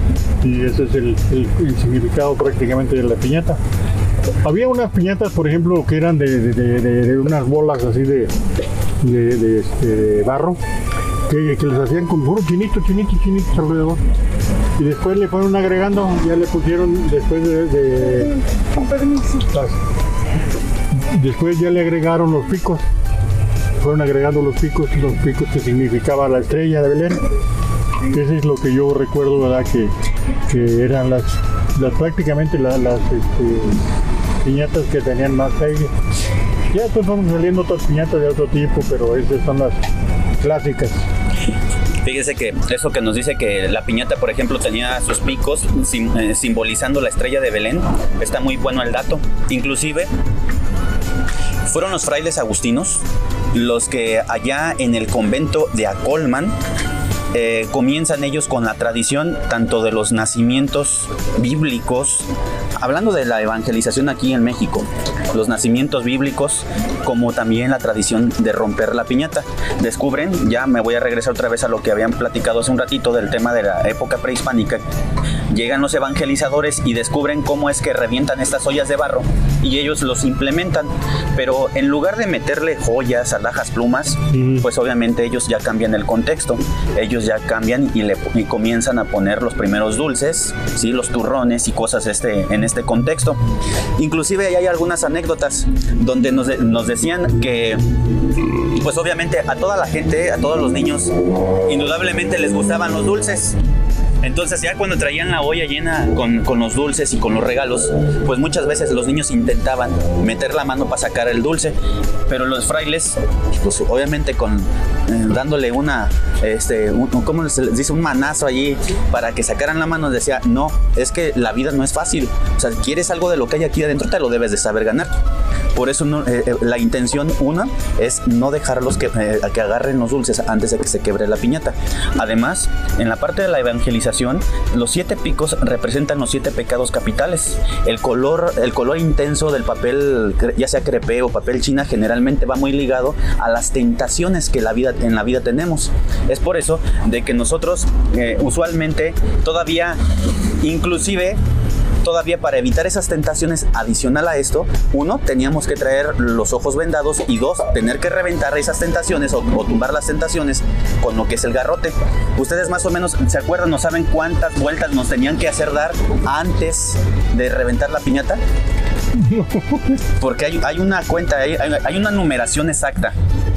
y ese es el, el, el significado prácticamente de la piñata. Había unas piñatas, por ejemplo, que eran de, de, de, de, de unas bolas así de, de, de, este, de barro, que, que les hacían con puro chinito, chinito, chinito alrededor. Y después le fueron agregando, ya le pusieron, después de... de las, después ya le agregaron los picos, fueron agregando los picos, los picos que significaba la estrella de Belén. Eso es lo que yo recuerdo, ¿verdad? Que, que eran las, las prácticamente las, las este, piñatas que tenían más aire. Ya después vamos saliendo otras piñatas de otro tipo, pero esas son las clásicas. Fíjese que eso que nos dice que la piñata, por ejemplo, tenía sus picos sim, eh, simbolizando la estrella de Belén, está muy bueno el dato. Inclusive fueron los frailes agustinos los que allá en el convento de Acolman eh, comienzan ellos con la tradición tanto de los nacimientos bíblicos, hablando de la evangelización aquí en México, los nacimientos bíblicos, como también la tradición de romper la piñata. Descubren, ya me voy a regresar otra vez a lo que habían platicado hace un ratito del tema de la época prehispánica, llegan los evangelizadores y descubren cómo es que revientan estas ollas de barro y ellos los implementan, pero en lugar de meterle joyas, alhajas, plumas, mm. pues obviamente ellos ya cambian el contexto, ellos ya cambian y, le, y comienzan a poner los primeros dulces, ¿sí? Los turrones y cosas este, en este contexto. Inclusive hay algunas anécdotas donde nos, de, nos decían que pues obviamente a toda la gente, a todos los niños, indudablemente les gustaban los dulces. Entonces ya cuando traían la olla llena con, con los dulces y con los regalos, pues muchas veces los niños intentaban meter la mano para sacar el dulce, pero los frailes, pues obviamente con eh, dándole una, este, un, ¿cómo se les dice? Un manazo allí para que sacaran la mano, decía, no, es que la vida no es fácil, o sea, quieres algo de lo que hay aquí adentro, te lo debes de saber ganar. Por eso no, eh, la intención, una, es no dejarlos que, eh, que agarren los dulces antes de que se quiebre la piñata. Además, en la parte de la evangelización, los siete picos representan los siete pecados capitales. El color, el color intenso del papel, ya sea crepé o papel china, generalmente va muy ligado a las tentaciones que la vida, en la vida tenemos. Es por eso de que nosotros eh, usualmente todavía, inclusive, todavía para evitar esas tentaciones, adicional a esto, uno, teníamos que traer los ojos vendados y dos, tener que reventar esas tentaciones o, o tumbar las tentaciones con lo que es el garrote. Ustedes más o menos se acuerdan, ¿no saben cuántas vueltas nos tenían que hacer dar antes de reventar la piñata? Porque hay, hay una cuenta, hay, hay una numeración exacta.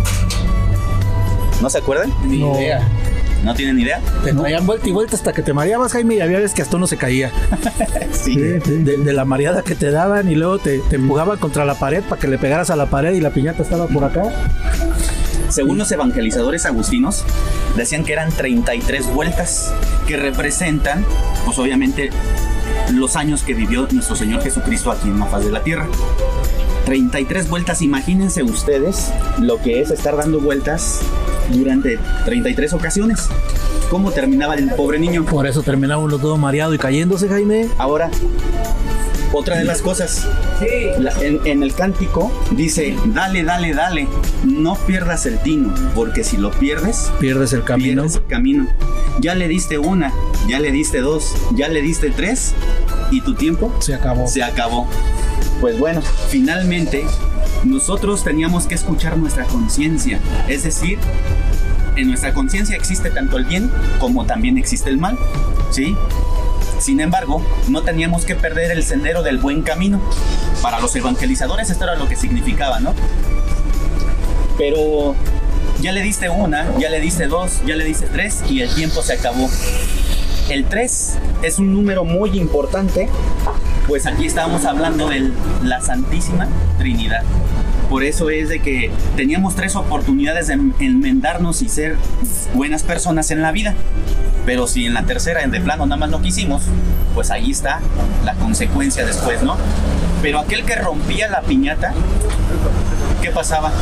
¿No se acuerdan? Ni no. idea. ¿No tienen idea? Te traían vuelta y vuelta hasta que te mareabas, Jaime, y había veces que hasta uno se caía. Sí. De, de la mareada que te daban y luego te, te empujaban contra la pared para que le pegaras a la pared y la piñata estaba por acá. Según los evangelizadores agustinos, decían que eran treinta y tres vueltas que representan, pues obviamente, los años que vivió nuestro Señor Jesucristo aquí en la faz de la tierra. treinta y tres vueltas, imagínense ustedes lo que es estar dando vueltas durante treinta y tres ocasiones. ¿Cómo terminaba el pobre niño? Por eso terminaba uno todo mareado y cayéndose, Jaime. Ahora, otra de las cosas, sí. la, en, en el cántico dice, dale, dale, dale, no pierdas el tino, porque si lo pierdes, pierdes el camino. Pierdes el camino. Ya le diste una, ya le diste dos, ya le diste tres, y tu tiempo se acabó. Se acabó. Pues bueno, finalmente nosotros teníamos que escuchar nuestra conciencia, es decir, en nuestra conciencia existe tanto el bien como también existe el mal, ¿sí? Sin embargo, no teníamos que perder el sendero del buen camino. Para los evangelizadores esto era lo que significaba, ¿no? Pero ya le diste una, ya le diste dos, ya le diste tres y el tiempo se acabó. El tres es un número muy importante, pues aquí estábamos hablando de la Santísima Trinidad. Por eso es de que teníamos tres oportunidades de enmendarnos y ser buenas personas en la vida. Pero si en la tercera, de plano, nada más no quisimos, pues ahí está la consecuencia después, ¿no? Pero aquel que rompía la piñata, ¿qué pasaba?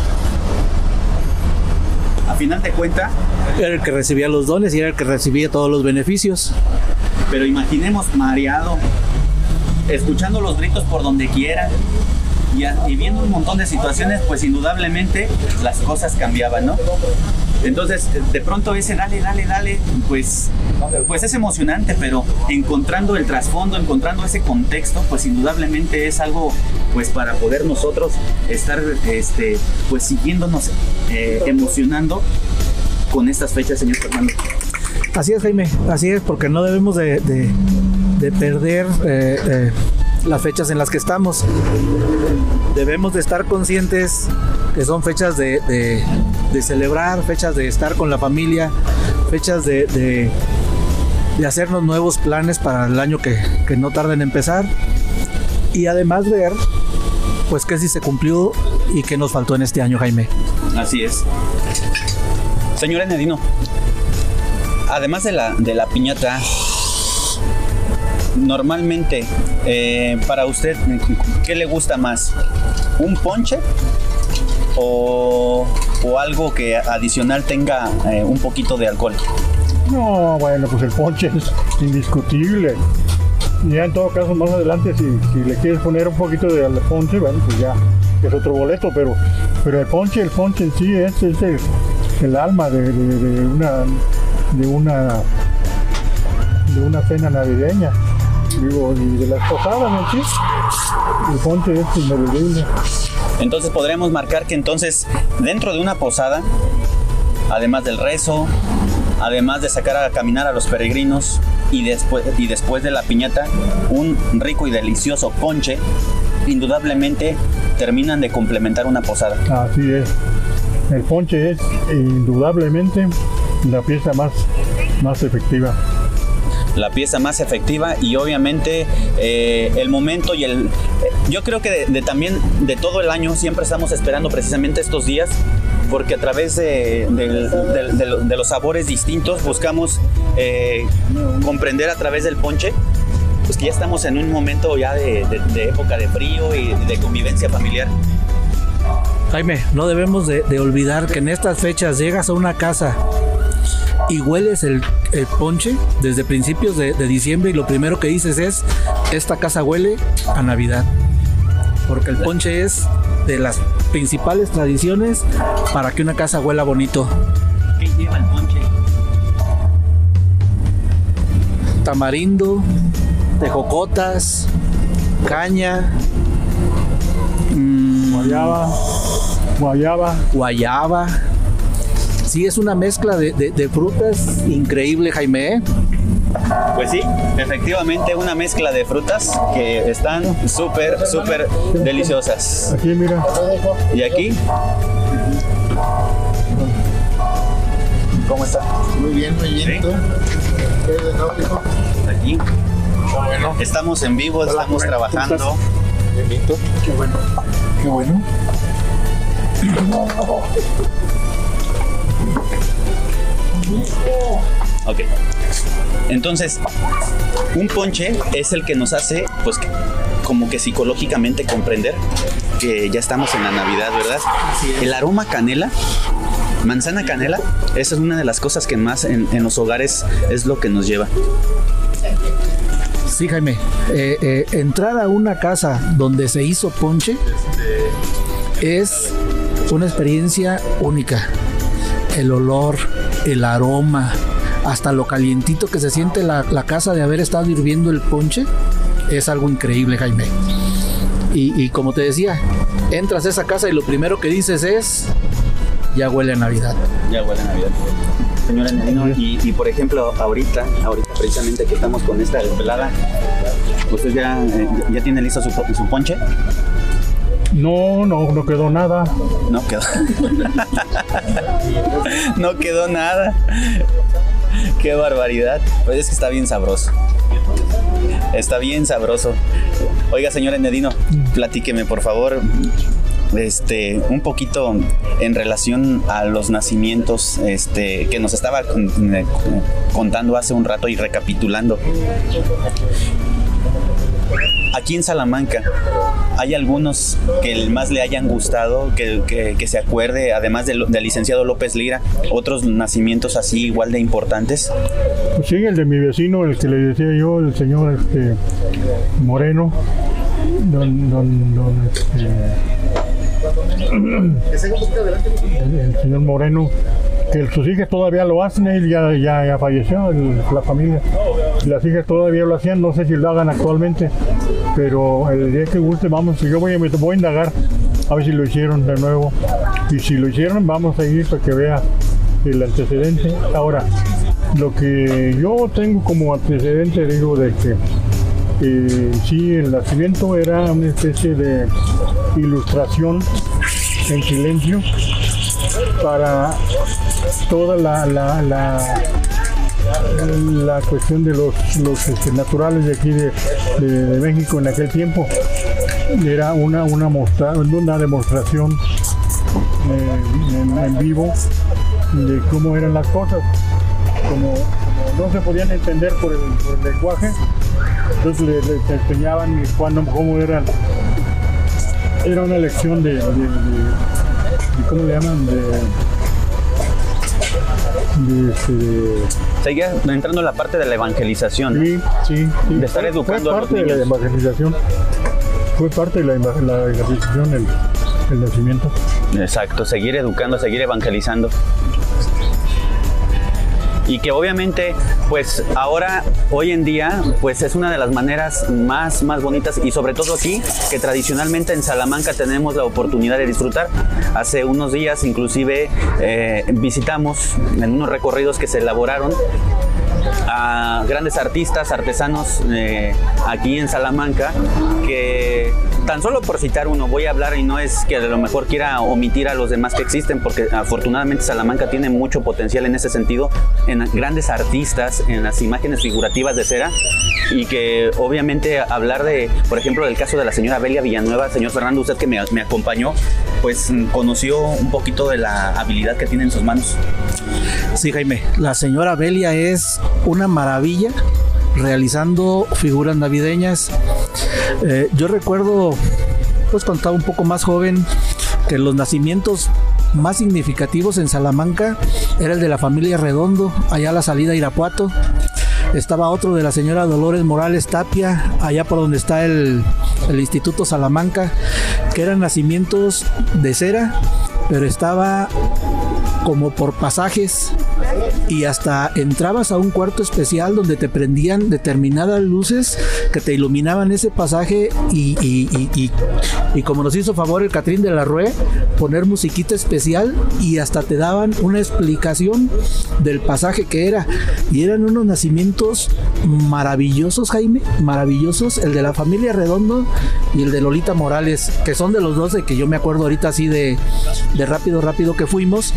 A final de cuentas, era el que recibía los dones y era el que recibía todos los beneficios. Pero imaginemos mareado, escuchando los gritos por donde quiera y, a, y viendo un montón de situaciones, pues indudablemente las cosas cambiaban, ¿no? Entonces, de pronto ese dale, dale, dale, pues, pues es emocionante, pero encontrando el trasfondo, encontrando ese contexto, pues indudablemente es algo, pues para poder nosotros estar, este, pues siguiéndonos eh, emocionando con estas fechas, señor Fernando. Así es, Jaime, así es, porque no debemos de, de, de perder eh, eh, las fechas en las que estamos. Debemos de estar conscientes que son fechas de, de, de celebrar, fechas de estar con la familia, fechas de, de, de hacernos nuevos planes para el año que, que no tarda en empezar, y además ver pues qué sí se cumplió y qué nos faltó en este año, Jaime. Así es. Señor Enedino, además de la, de la piñata, normalmente eh, para usted, ¿qué le gusta más? ¿Un ponche o, o algo que adicional tenga eh, un poquito de alcohol? No, bueno, pues el ponche es indiscutible. Y ya en todo caso, más adelante, si, si le quieres poner un poquito de ponche, bueno, pues ya es otro boleto, pero, pero el ponche, el ponche en sí es, es el, el alma de, de, de una de una de una cena navideña. digo, y de las posadas en sí, el ponche es ineludible. Entonces podremos marcar que entonces dentro de una posada, además del rezo, además de sacar a caminar a los peregrinos y después, y después de la piñata, un rico y delicioso ponche, indudablemente terminan de complementar una posada. Así es. El ponche es indudablemente la pieza más, más efectiva. La pieza más efectiva y obviamente eh, el momento y el... Yo creo que de, de también de todo el año siempre estamos esperando precisamente estos días, porque a través de, de, de, de, de los sabores distintos buscamos eh, comprender a través del ponche, pues que ya estamos en un momento ya de, de, de época de frío y de convivencia familiar. Jaime, no debemos de, de olvidar que en estas fechas llegas a una casa y hueles el, el ponche desde principios de, de diciembre y lo primero que dices es, esta casa huele a Navidad, porque el ponche es de las principales tradiciones para que una casa huela bonito. ¿Qué lleva el ponche? Tamarindo, tejocotas, caña, mmm, guayaba, guayaba, guayaba. Sí, es una mezcla de, de, de frutas increíble, Jaime, ¿eh? Pues sí, efectivamente una mezcla de frutas que están súper, súper deliciosas. Aquí, mira. ¿Y aquí? ¿Cómo está? Muy bien, muy bien. ¿Sí? ¿Tú? ¿Qué es de Náutico? Aquí. Qué bueno. Estamos en vivo, Hola, estamos bueno, trabajando. Bienvenido. Qué bueno. Qué bueno. Ok. Entonces, un ponche es el que nos hace, pues, como que psicológicamente comprender que ya estamos en la Navidad, ¿verdad? El aroma canela, manzana canela, esa es una de las cosas que más en, en los hogares es lo que nos lleva. Sí, Jaime. Eh, eh, entrar a una casa donde se hizo ponche es una experiencia única. El olor, el aroma, hasta lo calientito que se siente la, la casa de haber estado hirviendo el ponche, es algo increíble, Jaime. Y, y como te decía, entras a esa casa y lo primero que dices es, ya huele a Navidad. Ya huele a Navidad. Señora Nedino, y, y por ejemplo, ahorita, ahorita precisamente que estamos con esta desvelada, ¿usted ya, eh, ya tiene listo su, su ponche? No, no, no quedó nada. No quedó. No quedó nada. Qué barbaridad. Pues es que está bien sabroso. Está bien sabroso. Oiga, señor Nedino, platíqueme por favor, este, un poquito en relación a los nacimientos, este, que nos estaba con, eh, contando hace un rato y recapitulando. Aquí en Salamanca, ¿hay algunos que más le hayan gustado, que, que, que se acuerde, además del, del licenciado López Lira, otros nacimientos así igual de importantes? Pues sí, el de mi vecino, el que le decía yo, el señor este, Moreno, don, don, don, este, el, el señor Moreno, que sus hijas todavía lo hacen, él ya, ya, ya falleció, el, la familia, las hijas todavía lo hacían, no sé si lo hagan actualmente, pero el día que guste vamos, yo voy a, voy a indagar a ver si lo hicieron de nuevo, y si lo hicieron vamos a ir para que vea el antecedente. Ahora, lo que yo tengo como antecedente, digo, de que eh, sí, el nacimiento era una especie de ilustración en silencio para toda la, la, la, la cuestión de los, los este, naturales de aquí de, de, de México en aquel tiempo. Era una, una, mostra, una demostración eh, en, en vivo de cómo eran las cosas. Como, como no se podían entender por el, por el lenguaje, entonces les le enseñaban cuando, cómo eran. Era una lección de, de, de, de ¿cómo le llaman? De, de, este, de seguía entrando en la parte de la evangelización. Sí, sí, sí. De estar educando fue a los niños. Fue parte de la evangelización. Fue parte de la, la evangelización el, el nacimiento. Exacto, seguir educando, seguir evangelizando. y que obviamente pues ahora, hoy en día, pues es una de las maneras más, más bonitas y sobre todo aquí, que tradicionalmente en Salamanca tenemos la oportunidad de disfrutar. Hace unos días inclusive eh, visitamos en unos recorridos que se elaboraron a grandes artistas, artesanos eh, aquí en Salamanca, que tan solo por citar uno, voy a hablar y no es que a lo mejor quiera omitir a los demás que existen, porque afortunadamente Salamanca tiene mucho potencial en ese sentido, en grandes artistas, en las imágenes figurativas de cera, y que obviamente hablar de, por ejemplo, del caso de la señora Belia Villanueva. Señor Fernando, usted que me, me acompañó, pues conoció un poquito de la habilidad que tiene en sus manos. Sí, Jaime, la señora Belia es una maravilla realizando figuras navideñas. Eh, yo recuerdo, pues cuando estaba un poco más joven, que los nacimientos más significativos en Salamanca era el de la familia Redondo, allá a la salida a Irapuato. Estaba otro de la señora Dolores Morales Tapia, allá por donde está el, el Instituto Salamanca, que eran nacimientos de cera, pero estaba como por pasajes, y hasta entrabas a un cuarto especial donde te prendían determinadas luces que te iluminaban ese pasaje, y, y, y, y, y como nos hizo favor el Catrín de la Rue, poner musiquita especial, y hasta te daban una explicación del pasaje que era, y eran unos nacimientos maravillosos, Jaime, maravillosos, el de la familia Redondo y el de Lolita Morales, que son de los dos de que yo me acuerdo ahorita así de, de rápido, rápido que fuimos,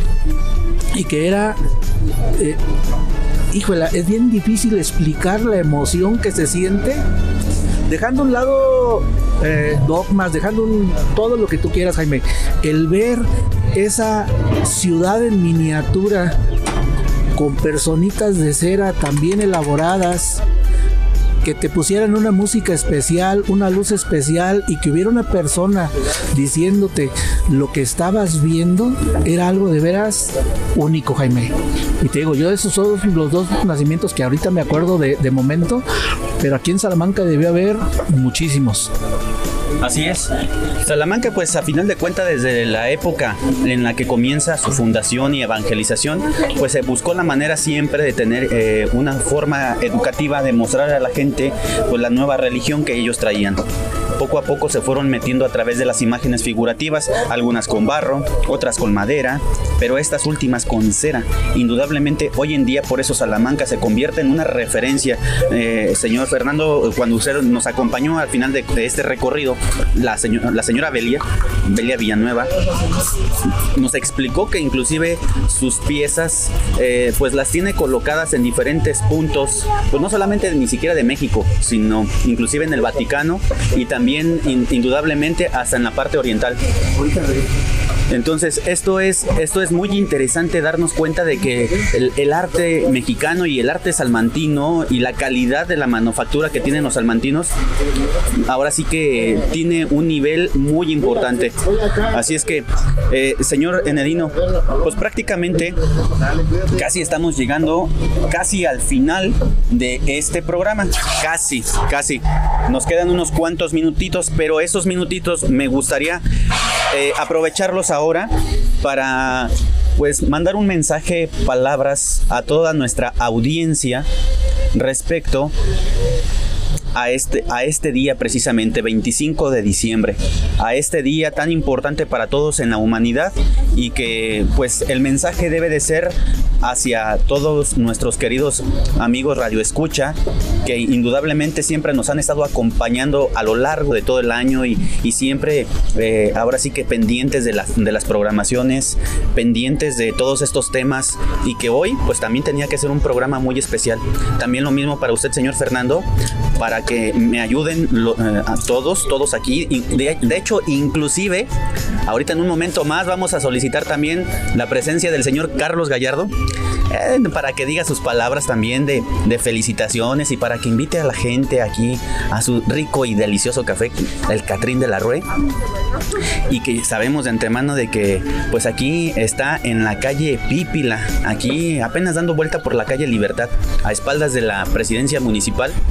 y que era, eh, híjole, es bien difícil explicar la emoción que se siente, dejando a un lado eh, dogmas, dejando un, todo lo que tú quieras, Jaime, el ver esa ciudad en miniatura con personitas de cera tan bien elaboradas, que te pusieran una música especial, una luz especial, y que hubiera una persona diciéndote lo que estabas viendo, era algo de veras único, Jaime. Y te digo, yo esos son los dos nacimientos que ahorita me acuerdo de, de momento, pero aquí en Salamanca debió haber muchísimos. Así es. Salamanca, pues a final de cuentas, desde la época en la que comienza su fundación y evangelización, pues se buscó la manera siempre de tener eh, una forma educativa de mostrar a la gente pues la nueva religión que ellos traían. Poco a poco se fueron metiendo a través de las imágenes figurativas, algunas con barro, otras con madera, pero estas últimas con cera. Indudablemente hoy en día por eso Salamanca se convierte en una referencia. Eh, señor Fernando, cuando usted nos acompañó al final de, de este recorrido, la, señora, la señora Belia, Belia Villanueva, nos explicó que inclusive sus piezas eh, pues las tiene colocadas en diferentes puntos, pues no solamente ni siquiera de México, sino inclusive en el Vaticano, y también In, indudablemente hasta en la parte oriental. Entonces esto es, esto es muy interesante, darnos cuenta de que el, el arte mexicano y el arte salmantino y la calidad de la manufactura que tienen los salmantinos ahora sí que tiene un nivel muy importante. Así es que eh, señor Enedino, pues prácticamente casi estamos llegando casi al final de este programa, casi, casi nos quedan unos cuantos minutitos, pero esos minutitos me gustaría eh, aprovecharlos ahora para pues mandar un mensaje, palabras a toda nuestra audiencia respecto a este, a este día precisamente, veinticinco de diciembre, a este día tan importante para todos en la humanidad, y que pues el mensaje debe de ser hacia todos nuestros queridos amigos Radio Escucha, que indudablemente siempre nos han estado acompañando a lo largo de todo el año, y, y siempre eh, ahora sí que pendientes de las, de las programaciones, pendientes de todos estos temas, y que hoy pues también tenía que ser un programa muy especial. También lo mismo para usted, señor Fernando, para que me ayuden lo, eh, a todos, todos aquí. De, de hecho, inclusive, ahorita en un momento más vamos a solicitar también la presencia del señor Carlos Gallardo, eh, para que diga sus palabras también de, de felicitaciones, y para que invite a la gente aquí a su rico y delicioso café, el Catrín de la Rue, y que sabemos de antemano de que pues aquí está en la calle Pípila, aquí apenas dando vuelta por la calle Libertad, a espaldas de la presidencia municipal,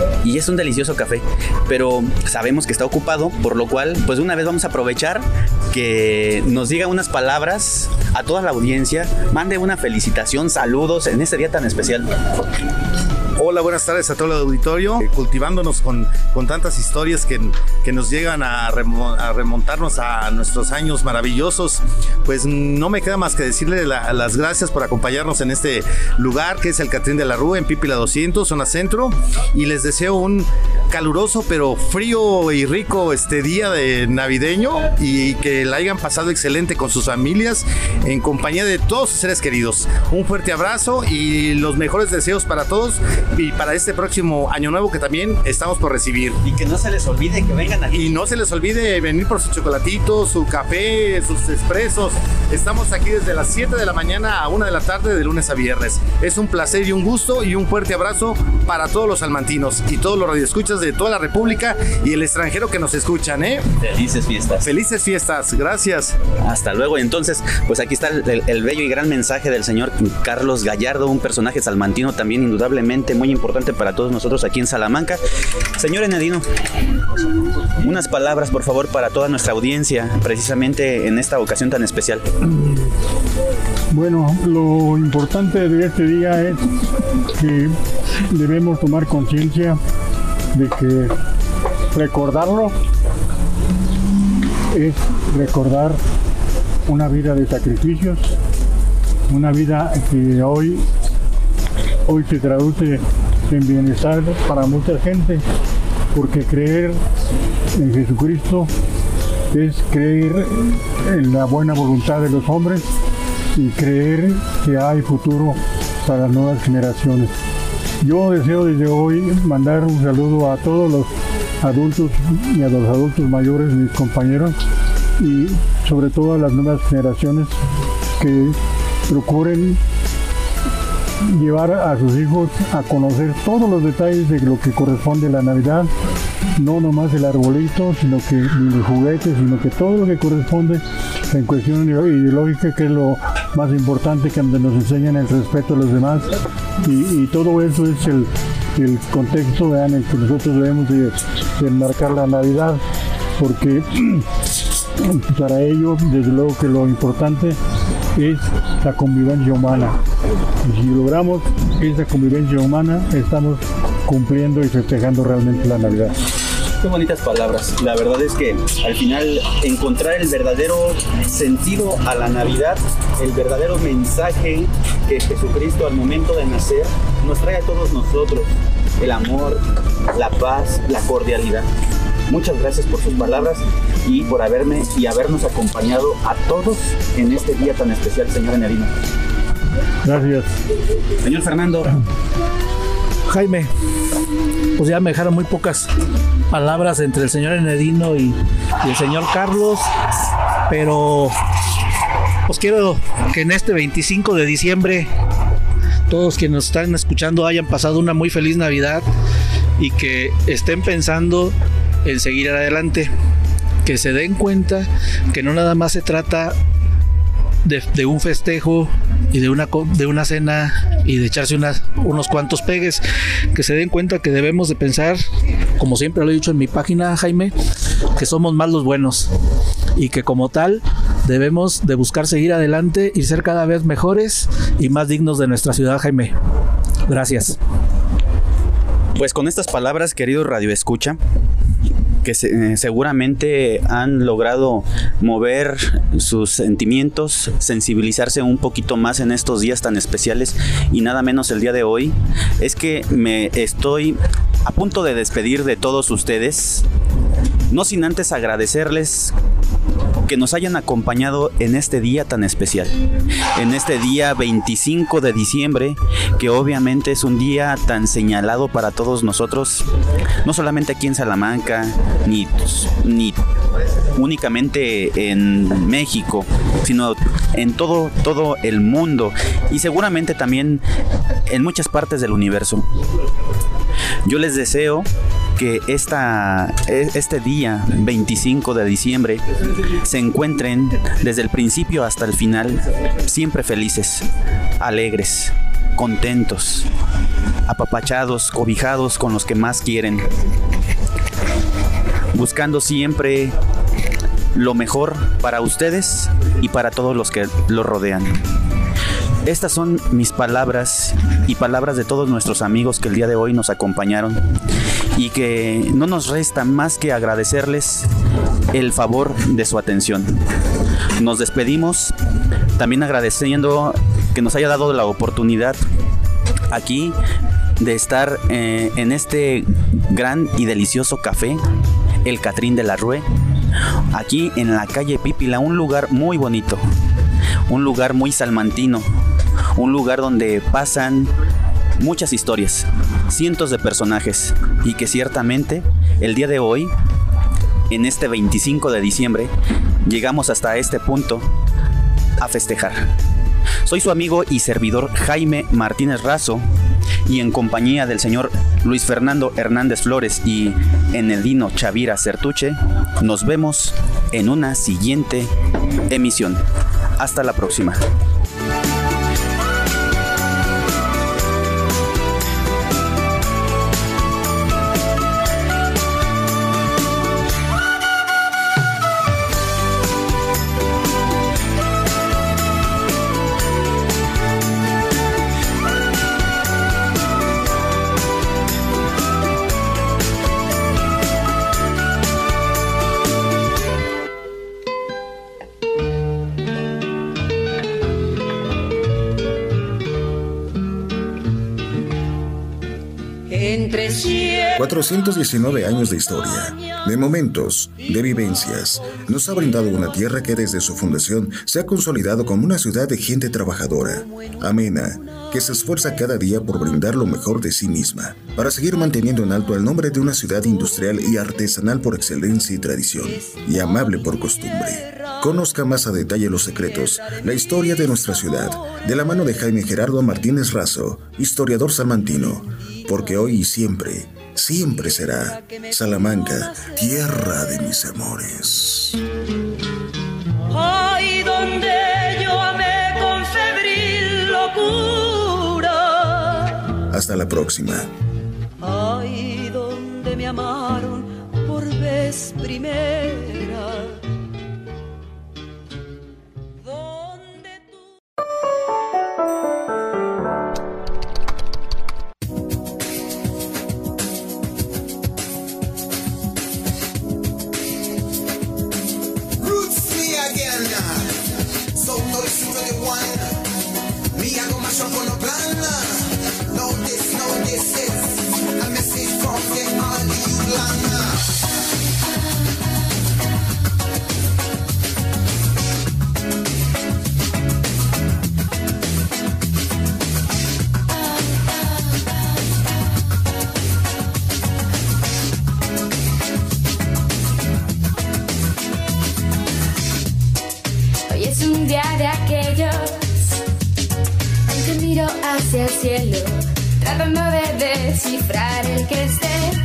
y es un delicioso café, pero sabemos que está ocupado, por lo cual pues una vez vamos a aprovechar que nos diga unas palabras a toda la audiencia, mande una felicitación, saludos en este día tan especial. Hola, buenas tardes a todo el auditorio, eh, cultivándonos con, con tantas historias que, que nos llegan a, remo, a remontarnos a nuestros años maravillosos. Pues no me queda más que decirle la, las gracias por acompañarnos en este lugar que es el Catrín de la Rúa en Pípila doscientos, zona centro, y les deseo un caluroso pero frío y rico este día de navideño y que la hayan pasado excelente con sus familias en compañía de todos sus seres queridos. Un fuerte abrazo y los mejores deseos para todos y para este próximo año nuevo que también estamos por recibir. Y que no se les olvide que vengan aquí. Y no se les olvide venir por su chocolatito, su café, sus expresos. Estamos aquí desde las siete de la mañana a una de la tarde de lunes a viernes. Es un placer y un gusto y un fuerte abrazo para todos los salmantinos y todos los radioescuchas de toda la República y el extranjero que nos escuchan, ¿eh? Felices fiestas. Felices fiestas, gracias. Hasta luego. Entonces, pues aquí está el, el, el bello y gran mensaje del señor Carlos Gallardo, un personaje salmantino también indudablemente muy importante para todos nosotros aquí en Salamanca. Señor Enedino, unas palabras por favor para toda nuestra audiencia, precisamente en esta ocasión tan especial. Bueno, lo importante de este día es que debemos tomar conciencia de que recordarlo es recordar una vida de sacrificios, una vida que hoy, hoy se traduce en bienestar para mucha gente, porque creer en Jesucristo es creer en la buena voluntad de los hombres y creer que hay futuro para las nuevas generaciones. Yo deseo desde hoy mandar un saludo a todos los adultos y a los adultos mayores, mis compañeros, y sobre todo a las nuevas generaciones que procuren llevar a sus hijos a conocer todos los detalles de lo que corresponde a la Navidad, no nomás el arbolito, sino que ni los juguetes, sino que todo lo que corresponde en cuestión ideológica, que es lo más importante, que nos enseñan el respeto a los demás, y, y todo eso es el, el contexto, vean, en el que nosotros debemos de, de enmarcar la Navidad, porque para ello, desde luego que lo importante es la convivencia humana. Y si logramos esa convivencia humana, estamos cumpliendo y festejando realmente la Navidad. Qué bonitas palabras. La verdad es que al final encontrar el verdadero sentido a la Navidad, el verdadero mensaje que Jesucristo al momento de nacer nos trae a todos nosotros, el amor, la paz, la cordialidad. Muchas gracias por sus palabras y por haberme y habernos acompañado a todos en este día tan especial, señor Enedino. Gracias. Señor Fernando. Jaime, pues ya me dejaron muy pocas palabras entre el señor Enedino y, y el señor Carlos, pero pues quiero que en este veinticinco de diciembre todos quienes nos están escuchando hayan pasado una muy feliz Navidad y que estén pensando en seguir adelante, que se den cuenta que no nada más se trata de, de un festejo y de una, de una cena y de echarse unas, unos cuantos pegues, que se den cuenta que debemos de pensar, como siempre lo he dicho en mi página, Jaime, que somos más los buenos y que como tal debemos de buscar seguir adelante y ser cada vez mejores y más dignos de nuestra ciudad, Jaime. Gracias. Pues con estas palabras, querido Radio Escucha, que se, eh, seguramente han logrado mover sus sentimientos, sensibilizarse un poquito más en estos días tan especiales y nada menos el día de hoy, es que me estoy a punto de despedir de todos ustedes, no sin antes agradecerles que nos hayan acompañado en este día tan especial, en este día veinticinco de diciembre, que obviamente es un día tan señalado para todos nosotros, no solamente aquí en Salamanca, ni, ni únicamente en México, sino en todo, todo el mundo y seguramente también en muchas partes del universo. Yo les deseo que esta, este día veinticinco de diciembre se encuentren desde el principio hasta el final siempre felices, alegres, contentos apapachados, cobijados con los que más quieren, buscando siempre lo mejor para ustedes y para todos los que los rodean. Estas son mis palabras y palabras de todos nuestros amigos que el día de hoy nos acompañaron y que no nos resta más que agradecerles el favor de su atención. Nos despedimos también agradeciendo que nos haya dado la oportunidad aquí de estar eh, en este gran y delicioso café, el Catrín de la Rue, aquí en la calle Pípila, un lugar muy bonito, un lugar muy salmantino, un lugar donde pasan muchas historias, cientos de personajes y que ciertamente el día de hoy, en este veinticinco de diciembre, llegamos hasta este punto a festejar. Soy su amigo y servidor Jaime Martínez Razo y en compañía del señor Luis Fernando Hernández Flores y Enelino Chavira Certuche, nos vemos en una siguiente emisión. Hasta la próxima. cuatrocientos diecinueve años de historia, de momentos, de vivencias, nos ha brindado una tierra que desde su fundación se ha consolidado como una ciudad de gente trabajadora, amena, que se esfuerza cada día por brindar lo mejor de sí misma, para seguir manteniendo en alto el nombre de una ciudad industrial y artesanal por excelencia y tradición, y amable por costumbre. Conozca más a detalle los secretos, la historia de nuestra ciudad, de la mano de Jaime Gerardo Martínez Razo, historiador salmantino, porque hoy y siempre, siempre será Salamanca, tierra de mis amores. Ay, donde yo amé con febril locura. Hasta la próxima. Ay, donde me amaron por vez primera. Hoy es un día de aquellos en que miro hacia el cielo, tratando de descifrar el que esté